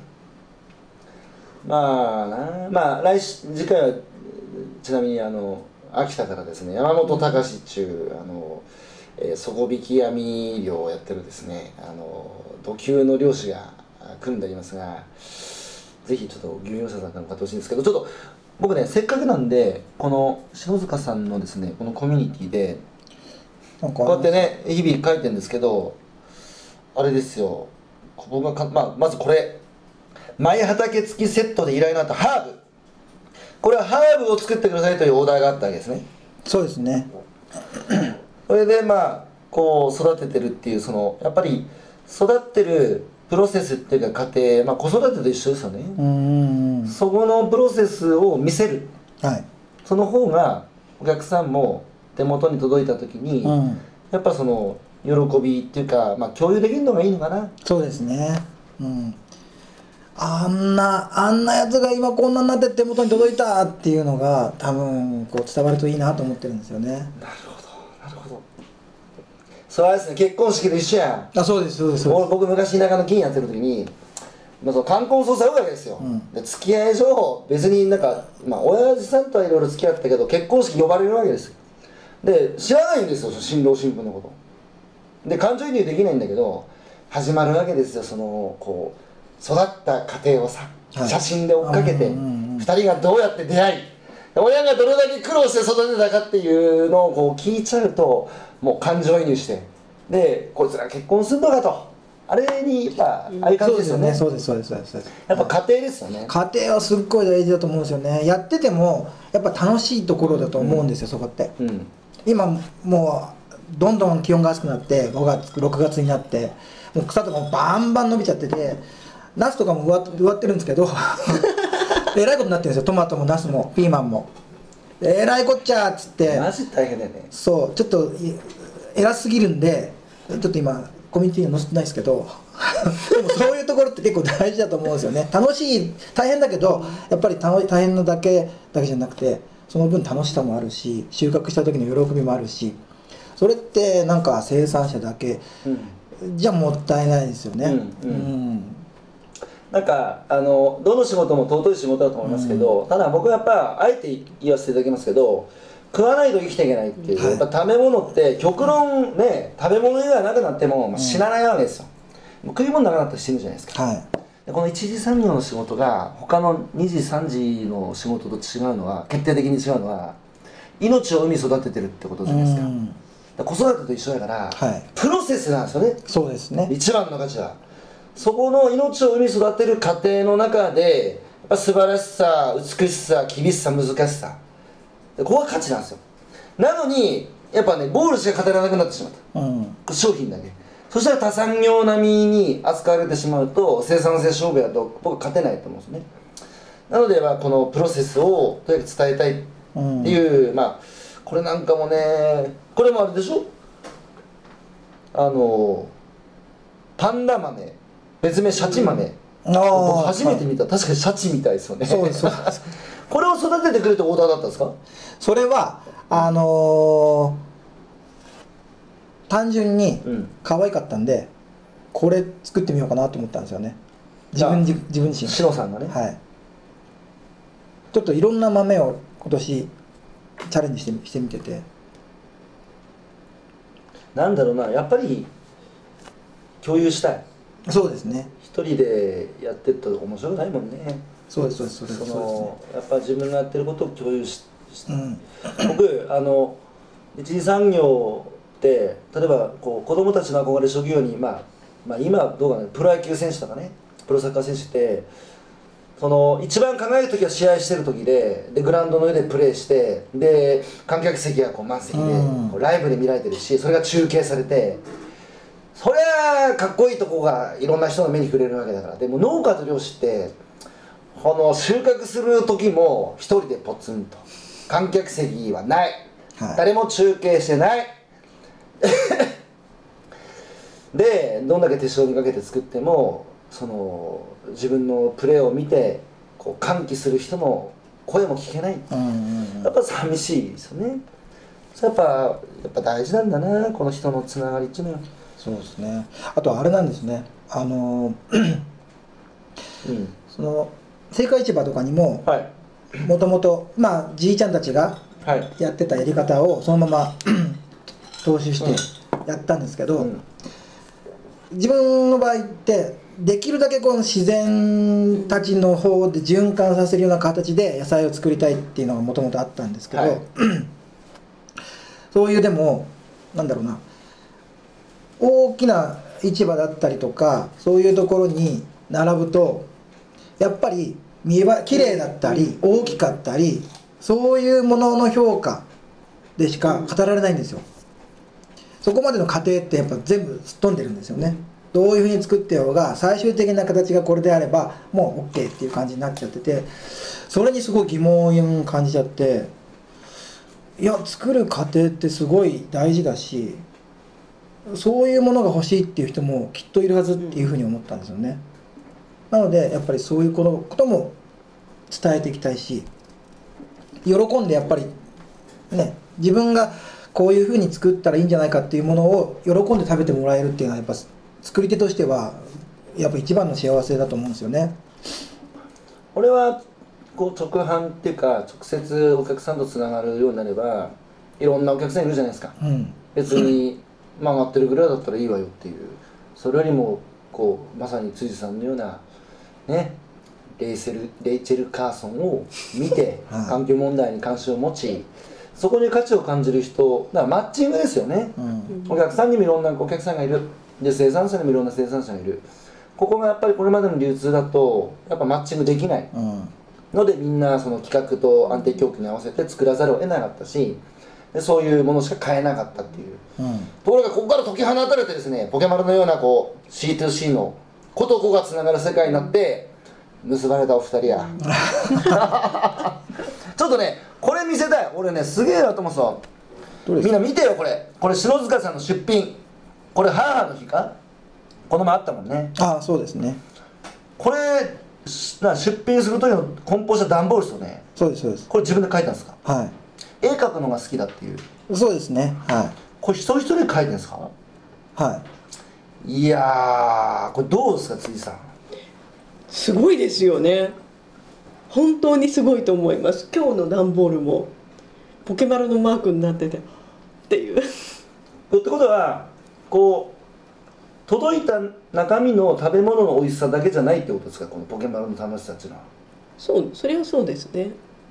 Speaker 1: まあな、まあ来週次回はちなみにあの秋田からですね、山本隆っちゅうあの、えー、底引き網漁をやってるですね、あの土級の漁師が来るんでありますが、ぜひちょっと漁業者さんからも買ってほしいんですけど、ちょっと僕ねせっかくなんでこの篠塚さんのですねこのコミュニティでこうやってね日々書いてるんですけど、あれですよ、僕がか、まあ、まずこれ前畑付きセットで依頼のあったハーブ、これはハーブを作ってくださいというオーダーがあったわけですね。
Speaker 3: そうですね。
Speaker 1: それでまあこう育ててるっていう、そのやっぱり育ってるプロセスっていうか過程、まあ、子育てと一緒ですよね。うんうん、そこのプロセスを見せる、はい、その方がお客さんも手元に届いた時に、うん、やっぱその喜びっていうか、まあ、共有できるのがいいのかな。
Speaker 3: そうですね、うん、あんなあんなやつが今こんなになって手元に届いたっていうのが多分こう伝わるといいなと思ってるんですよね。
Speaker 1: なるほどなるほど。それはですね、結婚式と一緒やん。
Speaker 3: あ、そうですそうですそうです。
Speaker 1: 僕昔田舎の金やってる時に、まあ、その冠婚葬祭あるわけですよ、うん、で付き合い上別になんか、まあ親父さんとはいろいろ付き合ったけど結婚式呼ばれるわけですよ。で知らないんですよ新郎新婦のことで、感情移入できないんだけど始まるわけですよ、そのこう育った家庭をさ、はい、写真で追っかけてふたりがどうやって出会い親がどれだけ苦労して育てたかっていうのをこう聞いちゃうともう感情移入して、でこいつら結婚するのかと、あれにやっぱああいう感じですよね。
Speaker 3: そうですそうですそうですそうです。
Speaker 1: やっぱ家庭ですよね。
Speaker 3: 家庭はすっごい大事だと思うんですよね。やっててもやっぱ楽しいところだと思うんですよ、うん、そこって、うん、今もうどんどん気温が暑くなってごがつろくがつになってもう草とかもバンバン伸びちゃってて、ナスとかも植わってるんですけどえらいことになってるんですよ、トマトもナスもピーマンも。えらいこっちゃっつって、
Speaker 1: マジ大変だよね。
Speaker 3: そうちょっと偉すぎるんでちょっと今コミュニティには載せてないですけどでもそういうところって結構大事だと思うんですよね。楽しい大変だけどやっぱり大変なだけだけじゃなくてその分楽しさもあるし収穫した時の喜びもあるし、それってなんか生産者だけじゃもったいないですよね。うん、うんうん、
Speaker 1: なんかあのどの仕事も尊い仕事だと思いますけど、うん、ただ僕はやっぱあえて言わせていただきますけど、食わないと生きていけないっていう、はい、やっぱ食べ物って極論ね、食べ物以外なくなっても、まあ、死なないわけですよ、うん、食い物なくなったら死ぬじゃないですか、はい、でこの一次産業の仕事が他のにじさんじの仕事と違うのは、決定的に違うのは命を産み育ててるってことじゃないですか、うん、だから子育てと一緒だから、はい、プロセスなんですよね。
Speaker 3: そうですね、
Speaker 1: 一番の価値はそこの命を産み育てる過程の中でやっぱ素晴らしさ、美しさ、厳しさ、難しさ、ここが価値なんですよ。なのにやっぱねゴールしか語らなくなってしまった、うん、商品だけ。そしたら他産業並みに扱われてしまうと生産性勝負やと僕は勝てないと思うんですね。なのでまあこのプロセスをとにかく伝えたいっていう、うん、まあこれなんかもね、これもあれでしょ、あのパンダ豆、別名シャチ豆、うん、僕初めて見た、はい、確かにシャチみたいですよね。
Speaker 3: そうですそうです
Speaker 1: これを育ててくれてオーダーだったんですか？
Speaker 3: それはああのー、単純に
Speaker 1: うん
Speaker 3: 可愛かったんで、これ作ってみようかなと思ったんですよね。自分自自分自身。
Speaker 1: しのさんがね、
Speaker 3: はい。ちょっといろんな豆を今年チャレンジしてしてみてて。
Speaker 1: なんだろうな、やっぱり共有したい。
Speaker 3: そうですね。
Speaker 1: 一人でやってったら面白くないもんね。
Speaker 3: そうですそうですそうです。
Speaker 1: そ
Speaker 3: そうですね。
Speaker 1: のやっぱ自分がやってることを共有しして、
Speaker 3: うん。
Speaker 1: 僕あの一次産業って例えばこう子供たちの憧れ職業に、まあ、まあ今はどうかね、プロ野球選手とかね、プロサッカー選手ってその一番輝く時は試合してる時で、でグラウンドの上でプレーして、で観客席がこう満席で、
Speaker 3: うん
Speaker 1: こうライブで見られてるし、それが中継されて、そりゃかっこいいとこがいろんな人の目に触れるわけだから。でも農家と漁師ってこの収穫する時も一人でポツンと、観客席はない、
Speaker 3: はい、
Speaker 1: 誰も中継してないでどんだけ手塩にかけて作っても、その自分のプレーを見てこう歓喜する人の声も聞けない、
Speaker 3: うんうんうん、
Speaker 1: やっぱ寂しいですよね。それやっぱやっぱ大事なんだな、この人のつながりっていうのは。
Speaker 3: そうですね。あとあれなんですね、あのうん、その青果市場とかにももともとまあじいちゃんたちがやってたやり方をそのまま踏襲してやったんですけど、うん、自分の場合ってできるだけこの自然たちの方で循環させるような形で野菜を作りたいっていうのがもともとあったんですけど、はい、そういうでもなんだろうな、大きな市場だったりとかそういうところに並ぶとやっぱり見栄え綺麗だったり大きかったり、そういうものの評価でしか語られないんですよ。そこまでの過程ってやっぱ全部すっ飛んでるんですよね。どういうふうに作ってようが最終的な形がこれであればもう OK っていう感じになっちゃってて、それにすごい疑問を感じちゃって、いや作る過程ってすごい大事だし、そういうものが欲しいっていう人もきっといるはずっていうふうに思ったんですよね。なのでやっぱりそういうことも伝えていきたいし、喜んでやっぱりね、自分がこういうふうに作ったらいいんじゃないかっていうものを喜んで食べてもらえるっていうのはやっぱ作り手としてはやっぱ一番の幸せだと思うんですよね。
Speaker 1: 俺はこう直販っていうか直接お客さんとつながるようになれば、いろんなお客さんいるじゃないですか、うん、別に曲がってるぐらいだったらいいわよっていう、それよりもこうまさに辻さんのようなね、レイセルレイチェル・カーソンを見て環境問題に関心を持ち、そこに価値を感じる人だからマッチングですよね、うん、お客さんにもいろんなお客さんがいる、で生産者にもいろんな生産者がいる。ここがやっぱりこれまでの流通だとやっぱマッチングできないので、みんなその企画と安定供給に合わせて作らざるを得なかったし、でそういうものしか買えなかったっていう、うん、ところがここから解き放たれてですね、ポケマルのようなこう シーツーシー の子と子がつながる世界になって結ばれたお二人やちょっとねこれ見せたい、俺ねすげえなと思ってさ、みんな見てよ、これこれ篠塚さんの出品、これ母の日かこの前あったもんね。
Speaker 3: ああそうですね。
Speaker 1: これな出品する時の梱包した段ボールですよね。
Speaker 3: そうですそうです。
Speaker 1: これ自分で描いたんですか。
Speaker 3: はい。
Speaker 1: 絵描くのが好きだっていう。
Speaker 3: そうですね。はい。
Speaker 1: これ一人一人で描いてるんですか。
Speaker 3: はい。
Speaker 1: いやーこれどうですか辻さん。
Speaker 2: すごいですよね。本当にすごいと思います。今日の段ボールもポケマルのマークになっててっていう。って
Speaker 1: ことはこう届いた中身の食べ物の美味しさだけじゃないってことですか、このポケマルの楽しさっていうのは。
Speaker 2: そう、それはそうですね。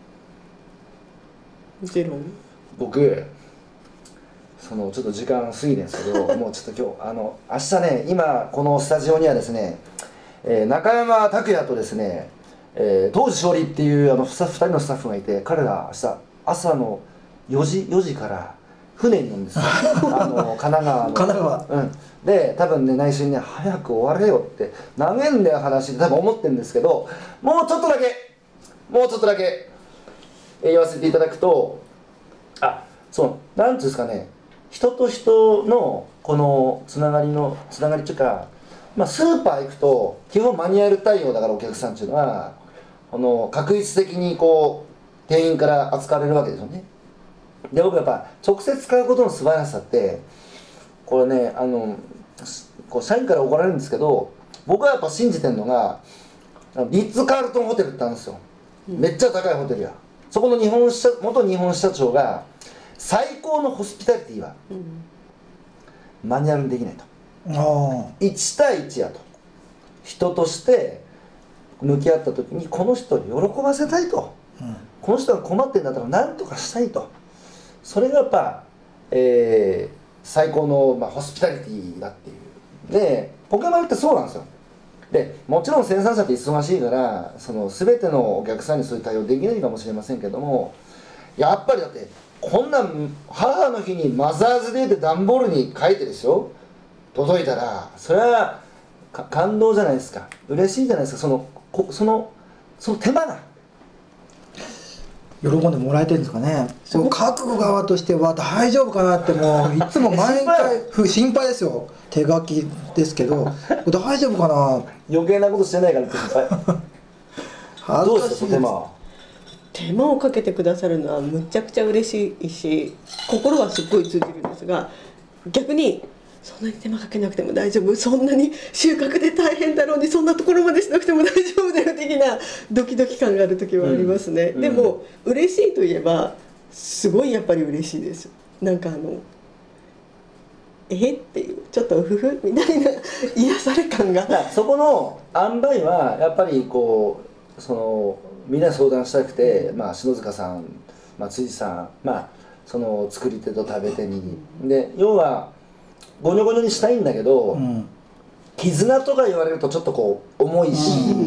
Speaker 2: もちろん。
Speaker 1: 僕そのちょっと時間過ぎるんですけどもうちょっと今日あの明日ね、今このスタジオにはですね、えー、中山拓也とですね、えー、当時勝利っていうあのふたりのスタッフがいて、彼ら明日朝のよじよじから船に乗るんですよあの神奈川の
Speaker 3: 神奈川、
Speaker 1: うん、で多分ね内心ね早く終われよって投げんだよ話で多分思ってるんですけど、もうちょっとだけもうちょっとだけ言わせていただくと、あそうなんていうんですかね、人と人のこのつながりのつながりっていうか、まあ、スーパー行くと基本マニュアル対応だから、お客さんっていうのはこの確実的にこう店員から扱われるわけですよね。 で僕やっぱ直接使うことの素晴らしさって、これねあのこう社員から怒られるんですけど、僕はやっぱ信じてるのがリッツ・カールトンホテルってあるんですよ、うん、めっちゃ高いホテルや。そこの日本支社元日本支社長が最高のホスピタリティは、うん、マニュアルにできないと。あいち対いちやと。人として向き合った時にこの人に喜ばせたいと、うん、この人が困ってるんだったら何とかしたいと。それがやっぱ、えー、最高の、まあ、ホスピタリティだっていう。でポケマルってそうなんですよ。でもちろん生産者って忙しいからその全てのお客さんにそういう対応できないかもしれませんけども、やっぱりだってこんな母の日にマザーズデーって段ボールに書いてですよ届いたら、それは感動じゃないですか、嬉しいじゃないですか。そのこそのその手間が
Speaker 3: 喜んでもらえてるんですかね。そう書く側としては大丈夫かなってもういつも毎回心配ですよ。手書きですけど大丈夫かな。
Speaker 1: 余計なことしてないからって心配。どうですか手間は。
Speaker 2: 手間をかけてくださるのはむちゃくちゃ嬉しいし、心はすっごい通じるんですが、逆にそんなに手間かけなくても大丈夫、そんなに収穫で大変だろうにそんなところまでしなくても大丈夫だよ的なドキドキ感がある時はありますね、うん、でも嬉しいといえばすごいやっぱり嬉しいです。なんかあのえっていうちょっとふふみたいな癒され感が
Speaker 1: そこの塩梅はやっぱりこうそのみんな相談したくて、まあ、篠塚さん、まあ、辻さん、まあ、その作り手と食べ手にで要はゴニョゴニョにしたいんだけど、うん、絆とか言われるとちょっとこう重いし、うん、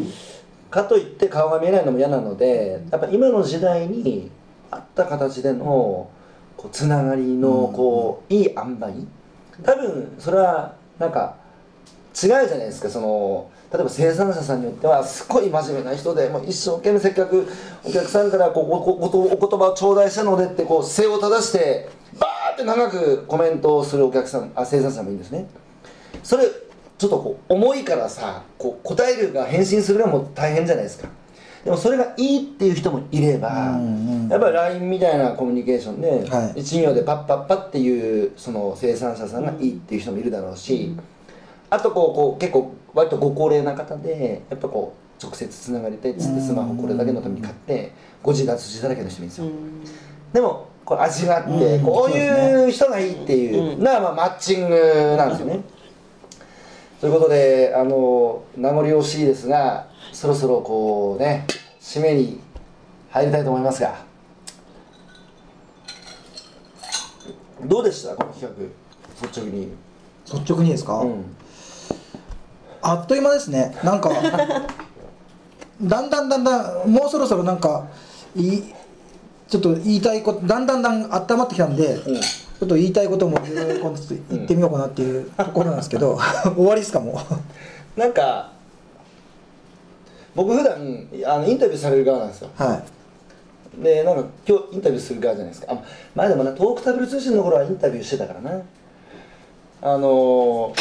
Speaker 1: かといって顔が見えないのも嫌なので、やっぱ今の時代に合った形でのこうつながりのこう、うん、いい塩梅、多分それはなんか違うじゃないですか。その例えば生産者さんによってはすごい真面目な人でもう一生懸命せっかくお客さんからこう お, お, お言葉を頂戴したのでってこう背を正してバーって長くコメントをするお客さんあ生産者もいいんですね。それちょっとこう重いからさこう答えるが返信するのも大変じゃないですか。でもそれがいいっていう人もいれば、うんうん、やっぱり ライン みたいなコミュニケーションで、はい、いち行でパッパッパっていうその生産者さんがいいっていう人もいるだろうし、うん、あとこうこう結構割とご高齢な方でやっぱこう直接つながりたいっつってスマホこれだけのために買って誤字脱字だらけの人もいるんですよ、うん、でもこう味があって、うん、こういう人がいいっていうのは、まあ、マッチングなんですよね、うん、ということであの名残惜しいですがそろそろこうね締めに入りたいと思いますが、どうでしたこの企画率直に。
Speaker 3: 率直にですか、うん、あっという間ですね。なんかだんだんだんだんもうそろそろなんかいいちょっと言いたいことだんだんだん温まってきたんで、うん、ちょっと言いたいこともいろいろ言ってみようかなっていうところなんですけど終わりですかも
Speaker 1: うなんか僕普段あのインタビューされる側なんですよ。はい。でなんか今日インタビューする側じゃないですか。あ前でもなトークタブル通信の頃はインタビューしてたからな。あのー、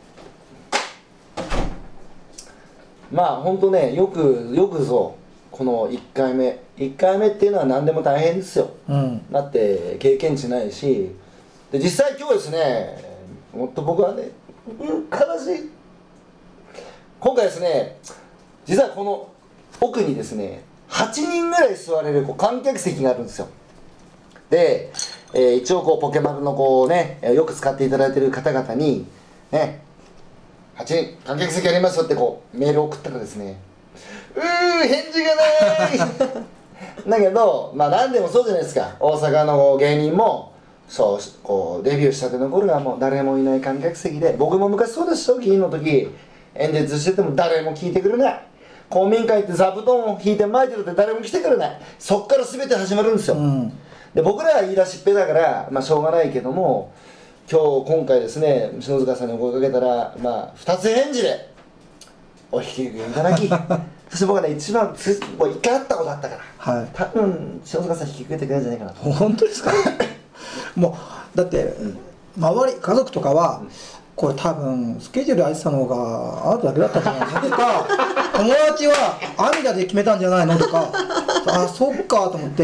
Speaker 1: まあ本当ねよくよくぞこのいっかいめいっかいめっていうのは何でも大変ですよ、うん、だって経験値ないしで実際今日ですねもっと僕はね、うん、悲しい今回ですね実はこの奥にですねはちにんぐらい座れるこう観客席があるんですよ。で、えー、一応こうポケマルのこうねよく使っていただいている方々にねはちにん観客席ありますよってこうメールを送ったらですねうー返事がないだけどまあ何でもそうじゃないですか。大阪の芸人もそうこうデビューしたての頃はもう誰もいない観客席で僕も昔そうでしたよ。議員の時演説してても誰も聞いてくれない。公民館行って座布団を引いて巻いてるって誰も来てくれない。そっから全て始まるんですよ、うん、で僕らは言い出しっぺだからまあしょうがないけども今日今回ですね篠塚さんにお声かけたらまあふたつ返事でお引き受けいただきそして僕はね一番つもう一回会ったことあったから、はい、多分篠塚さん引き受けてくれるんじゃないかなと。
Speaker 3: 本当ですかもうだって、うん、周り家族とかは、うんこれ多分スケジュール空いてたのがあなただけだったんじゃないのとか友達はアミダで決めたんじゃないのとかあそっかと思って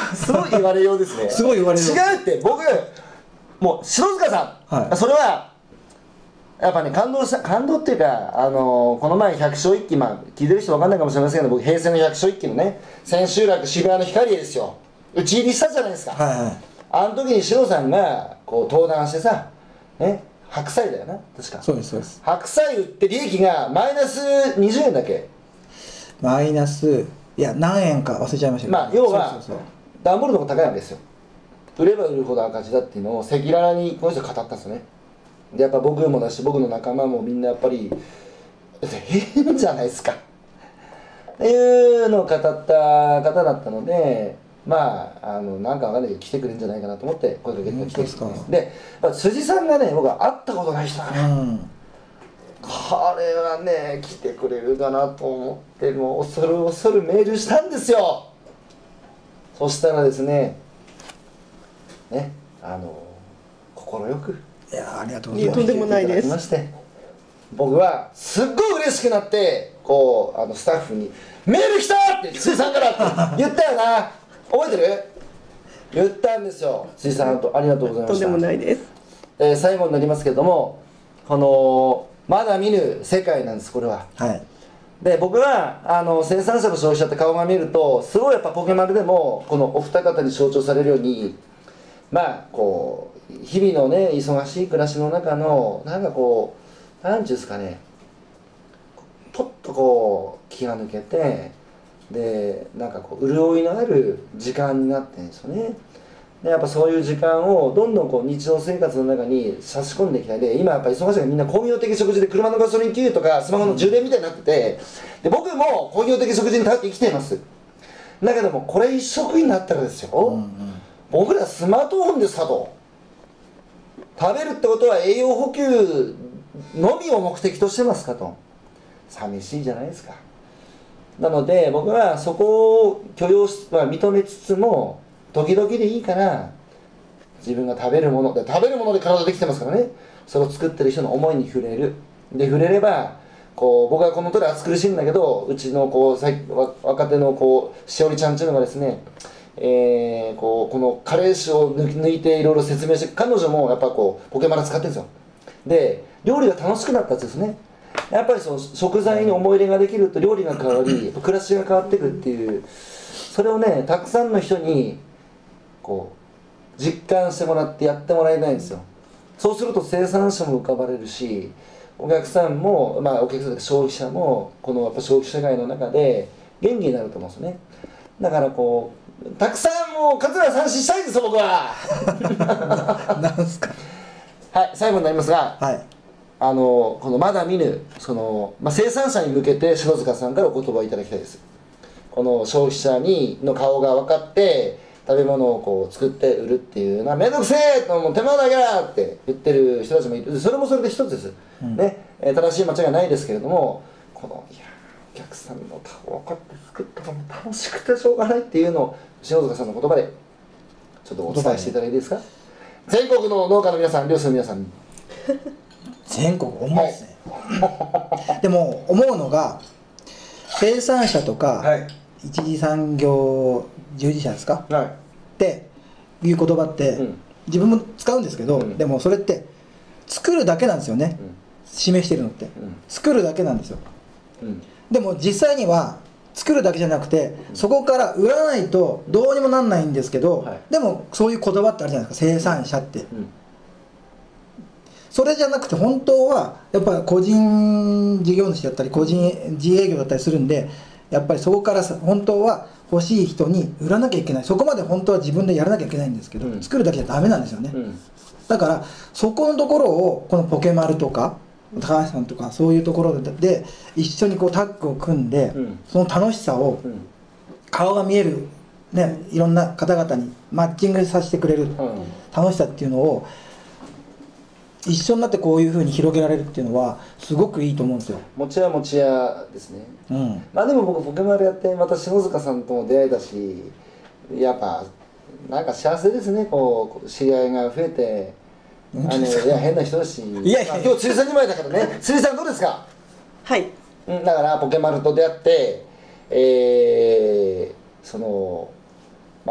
Speaker 1: すごい言われようですね。
Speaker 3: すごい言われよう。
Speaker 1: 違うって僕もう篠塚さん、はい、それはやっぱね感動した感動っていうか、あのー、この前百姓一揆、まあ聞いてる人わかんないかもしれませんけど、僕平成の百姓一揆のね千秋楽渋谷の光栄ですよ、打ち入りしたじゃないですか。はいはい、あの時に篠さんがこう登壇してさね、白菜だよな確か。
Speaker 3: そうですそうです。
Speaker 1: 白菜売って利益がマイナスにじゅうえんだっけ。
Speaker 3: マイナスいや何円か忘れちゃいましたけど、
Speaker 1: まあ要は段ボールの方が高いわけですよ。売れば売るほど赤字だっていうのを赤裸々にこの人語ったんですよね。でやっぱ僕もだし僕の仲間もみんなやっぱり変じゃないですかっていうのを語った方だったので、まああのなんかわかんないけど来てくれるんじゃないかなと思って声かけて来てくれて、で辻さんがね僕は会ったことない人だね、うん、これはね来てくれるかなと思ってもう恐る恐るメールしたんですよ。そしたらですねねあの快く
Speaker 3: いやありがとうございます。
Speaker 2: とんでもないです。
Speaker 1: まして僕はすっごい嬉しくなってこうあのスタッフに「メール来た!」って辻さんからって言ったよな、覚えてる？言ったんですよ。辻さんとありがとうございました。
Speaker 2: とんでもないです。
Speaker 1: えー、最後になりますけれども、このまだ見ぬ世界なんですこれは。はい。で僕はあの生産者と消費者って顔が見るとすごいやっぱポケマルでもこのお二方に象徴されるように、まあこう日々のね忙しい暮らしの中のなんかこう何ていうんですかね、ポッとこう気が抜けてでなんかこう潤いのある時間になってるんですよね。でやっぱそういう時間をどんどんこう日常生活の中に差し込んでいきたい。で今やっぱり忙しいからみんな工業的食事で車のガソリン給油とかスマホの充電みたいになってて、で僕も工業的食事に頼って生きています。だけどもこれ一食になったらですよ、うんうん、僕らスマートフォンでさと食べるってことは栄養補給のみを目的としてますかと、寂しいじゃないですか。なので僕はそこを許容し、まあ、認めつつも時々でいいから自分が食べるもので食べるもので体できてますからね、それを作ってる人の思いに触れる。で触れればこう僕はこの通り暑苦しいんだけど、うちのこうさ若手のこうしおりちゃんっていうのがですね、えー、こうこのカレー酒を抜いていろいろ説明して、彼女もやっぱこうポケマル使ってるんですよ。で料理が楽しくなったんですね。やっぱりその食材に思い入れができると料理が変わり暮らしが変わっていくっていう、それをねたくさんの人にこう実感してもらってやってもらいたいんですよ。そうすると生産者も浮かばれるし、お客さんも、まあお客さんとか消費者もこのやっぱ消費社会の中で元気になると思うんですよね。だからこうたくさんもう桂三振したいんですよ僕は。
Speaker 3: なんすか。
Speaker 1: はい最後になりますが、はい、あのこのまだ見ぬその、まあ、生産者に向けて篠塚さんからお言葉をいただきたいです。この消費者にの顔が分かって食べ物をこう作って売るっていうのは面倒くせえもう手間だけだって言ってる人たちもいる。それもそれで一つです、うん、ね、正しい間違いはないですけれども、このいやお客さんの顔分かって作ったのも楽しくてしょうがないっていうのを篠塚さんの言葉でちょっとお伝えしていただいていいですか。全国の農家の皆さん、漁師の皆さんに
Speaker 3: 全国重いですね、はい、でも思うのが生産者とか、はい、一次産業従事者ですか、はい、っていう言葉って、うん、自分も使うんですけど、うん、でもそれって作るだけなんですよね、うん、示してるのって、うん、作るだけなんですよ、うん、でも実際には作るだけじゃなくて、うん、そこから売らないとどうにもなんないんですけど、はい、でもそういう言葉ってあるじゃないですか、生産者って、うん、それじゃなくて本当はやっぱり個人事業主だったり個人自営業だったりするんで、やっぱりそこから本当は欲しい人に売らなきゃいけない。そこまで本当は自分でやらなきゃいけないんですけど、うん、作るだけじゃダメなんですよね、うん、だからそこのところをこのポケマルとか高橋さんとかそういうところで一緒にこうタッグを組んで、うん、その楽しさを、うん、顔が見える、ね、いろんな方々にマッチングさせてくれる楽しさっていうのを一緒になってこういうふうに広げられるっていうのはすごくいいと思うんですよ。
Speaker 1: 持ち屋持ち屋ですね、うん、まあでも僕ポケマルやってまた篠塚さんとも出会えたし、やっぱなんか幸せですね、こう知り合いが増えて、あのいや変な人だし、いやいや、まあ、今日釣りさんにまいだからね。釣りさんどうですか。
Speaker 2: はい、
Speaker 1: だからポケマルと出会って、えー、そのまあ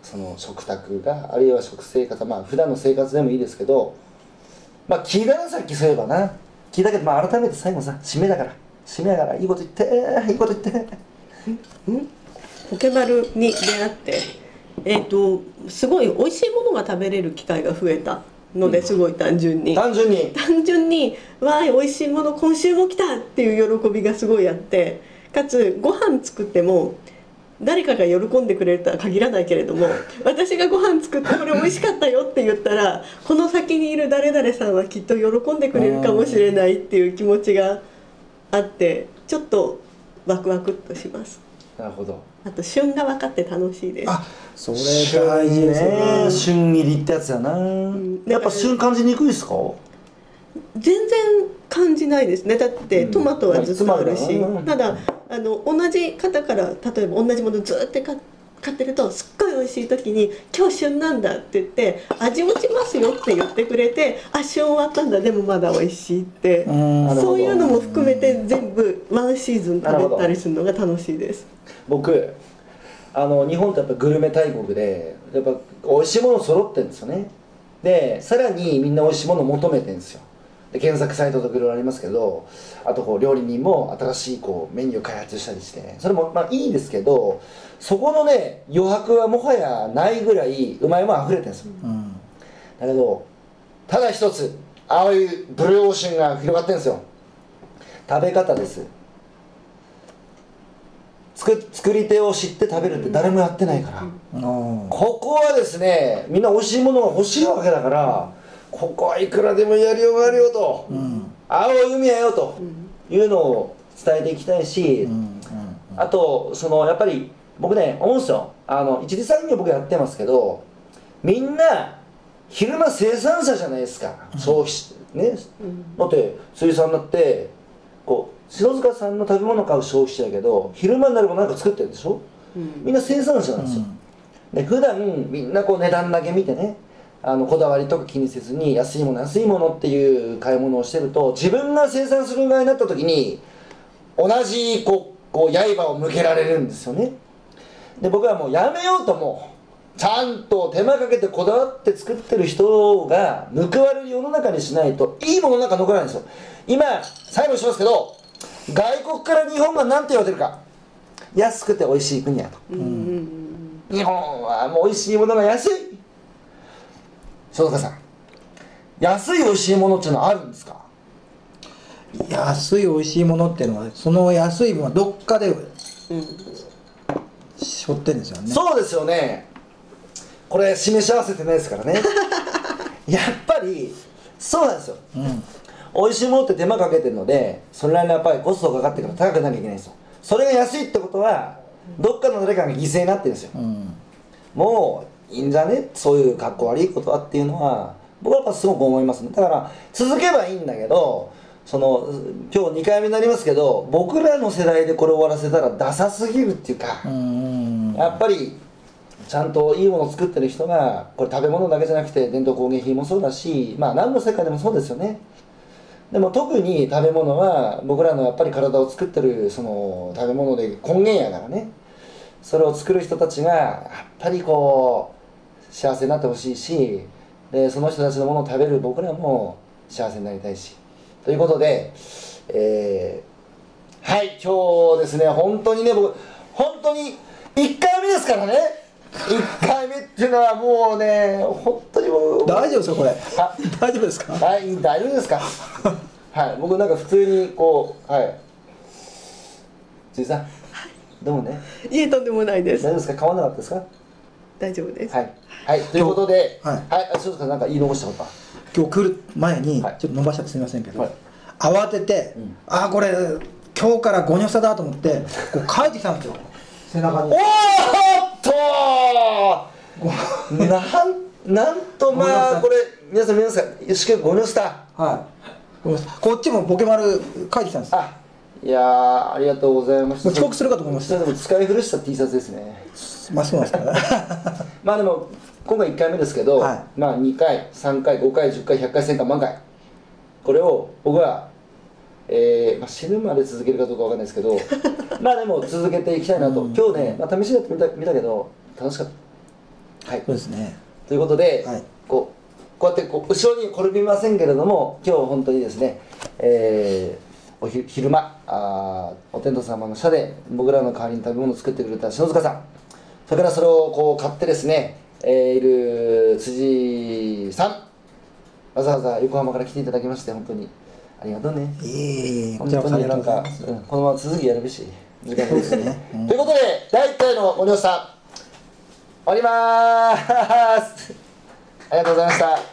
Speaker 1: その食卓があるいは食生活、まあ普段の生活でもいいですけど、まあ聞いたなさっきそういえばな聞いたけど、まあ改めて最後さ締めだから締めだからいいこと言っていいこと言って。
Speaker 2: んポケマルに出会ってえっ、ー、とすごい美味しいものが食べれる機会が増えたので、すごい単純に
Speaker 1: 単純に
Speaker 2: 単純にわーい美味しいもの今週も来たっていう喜びがすごいあって、かつご飯作っても誰かが喜んでくれるとは限らないけれども、私がご飯作ってこれ美味しかったよって言ったらこの先にいる誰々さんはきっと喜んでくれるかもしれないっていう気持ちがあって、ちょっとワクワクっとします。
Speaker 1: なるほど。
Speaker 2: あと旬が分かって楽しいです。
Speaker 3: あ、それ大事ですね。
Speaker 1: 旬入りってやつやな、うん、やっぱ旬感じにくいですか？
Speaker 2: 全然感じないですね。だってトマトはずっとあるし、うん、ただあの同じ方から例えば同じものずっと買ってるとすっごい美味しい時に「今日旬なんだ」って言って「味落ちますよ」って言ってくれて「あ、旬終わったんだでもまだ美味しい」って、そういうのも含めて全部ワンシーズン食べたりするのが楽しいです。
Speaker 1: 僕あの日本ってやっぱグルメ大国でやっぱ美味しいもの揃ってるんですよね。でさらにみんな美味しいものを求めてるんですよ。で検索サイトとかいろいろありますけど、あとこう料理人も新しいこうメニューを開発したりして、それもまあいいですけど、そこのね余白はもはやないぐらいうまいもん溢れてるんですよ、うん、だけどただ一つ青いブルーオーシャンが広がってるんですよ。食べ方です。作, 作り手を知って食べるって誰もやってないから、うん、ここはですねみんな美味しいものが欲しいわけだから、ここはいくらでもやりようがあるよと、うん、青い海やよというのを伝えていきたいし、うんうんうん、あとそのやっぱり僕ね思うんですよ。あの一次産業僕やってますけど、みんな昼間生産者じゃないですか、うん、消費ね、うん、だって水産だってこう篠塚さんの食べ物買う消費者やけど昼間になれば何か作ってるでしょ、うん、みんな生産者なんですよ、うん、で普段みんなこう値段だけ見てね、あのこだわりとか気にせずに安いもの安いものっていう買い物をしてると、自分が生産する側になった時に同じこう、こう刃を向けられるんですよね。で僕はもうやめようともちゃんと手間かけてこだわって作ってる人が報われる世の中にしないといいものなんか残らないんですよ。今最後にしますけど、外国から日本が何て言われてるか、安くて美味しい国やと、うん、日本はもう美味しいものが安い。篠塚さん、安い美味しいものっていうのはあるんですか？
Speaker 3: 安い美味しいものっていうのはその安い分はどっかで、うん、しょってんですよね。
Speaker 1: そうですよね。これ示し合わせてないですからねやっぱりそうなんですよ、うん、美味しいものって手間かけてるので、それなりのやっぱりコストがかかってから高くなきゃいけないんですよ。それが安いってことはどっかの誰かが犠牲になってるんですよ、うん、もういいんじゃね、そういう格好悪いことはっていうのは僕はやっぱすごく思いますね。だから続けばいいんだけど、その今日にかいめになりますけど、僕らの世代でこれ終わらせたらダサすぎるっていうか、うん、やっぱりちゃんといいものを作ってる人が、これ食べ物だけじゃなくて伝統工芸品もそうだし、まあ何の世界でもそうですよね。でも特に食べ物は僕らのやっぱり体を作ってるその食べ物で根源やからね、それを作る人たちがやっぱりこう幸せになってほしいし、でその人たちのものを食べる僕らも幸せになりたいし、ということで、えー、はい今日ですね本当にね僕本当にいっかいめですからね。いっかいめっていうのはもうね本当にもう
Speaker 3: 大丈夫ですかこれ？あ、大丈夫ですか？
Speaker 1: はい、大丈夫ですかはい、僕なんか普通にこう、はい辻さんどうもね。
Speaker 2: いえ、とんでもないです。
Speaker 1: 大丈夫ですか？買わなかったですか？
Speaker 2: 大丈夫です。
Speaker 1: はい、はい、ということで、はい、はい、あ、そうですか、なんか言い残したことは
Speaker 3: 今日来る前に、はい、ちょっと伸ばしちゃってすみませんけど、はい、慌てて、うん、あ、これ今日からゴニョサだと思ってこう書いてきたんですよ背中に。おーっとーなんなんとまあこれ皆さん皆さんよしくゴニョスタ、はい、 こっちもポケマル書いてきたんです。
Speaker 1: あ、いやーありがとうございました。
Speaker 3: 遅刻するかと思いました。
Speaker 1: でも使い古した T シャツですね。
Speaker 3: まあそうなんですかね
Speaker 1: まあでも今回いっかいめですけど、はい、まあにかいさんかいごかいじゅっかいひゃっかいせんかい万回これを僕は、えーまあ、死ぬまで続けるかどうかわかんないですけどまあでも続けていきたいなと。今日ね、まあ、試しにやってみた、見たけど楽しかった。 はい、
Speaker 3: そうですね。
Speaker 1: ということで、
Speaker 3: はい、
Speaker 1: こうこうやってこう後ろに転びませんけれども、今日本当にですね、えー、おひ昼間あお天道様の社で僕らの代わりに食べ物を作ってくれた篠塚さん、それからそれをこう買ってですね、えー、いる辻さん、わざわざ横浜から来ていただきまして本当にありがとうね。
Speaker 3: いえいえ、
Speaker 1: 本当になんか、うん、このまま続きやるべし時間ですね。ということでだいいっかいのご乗車終わりまーす。ありがとうございました。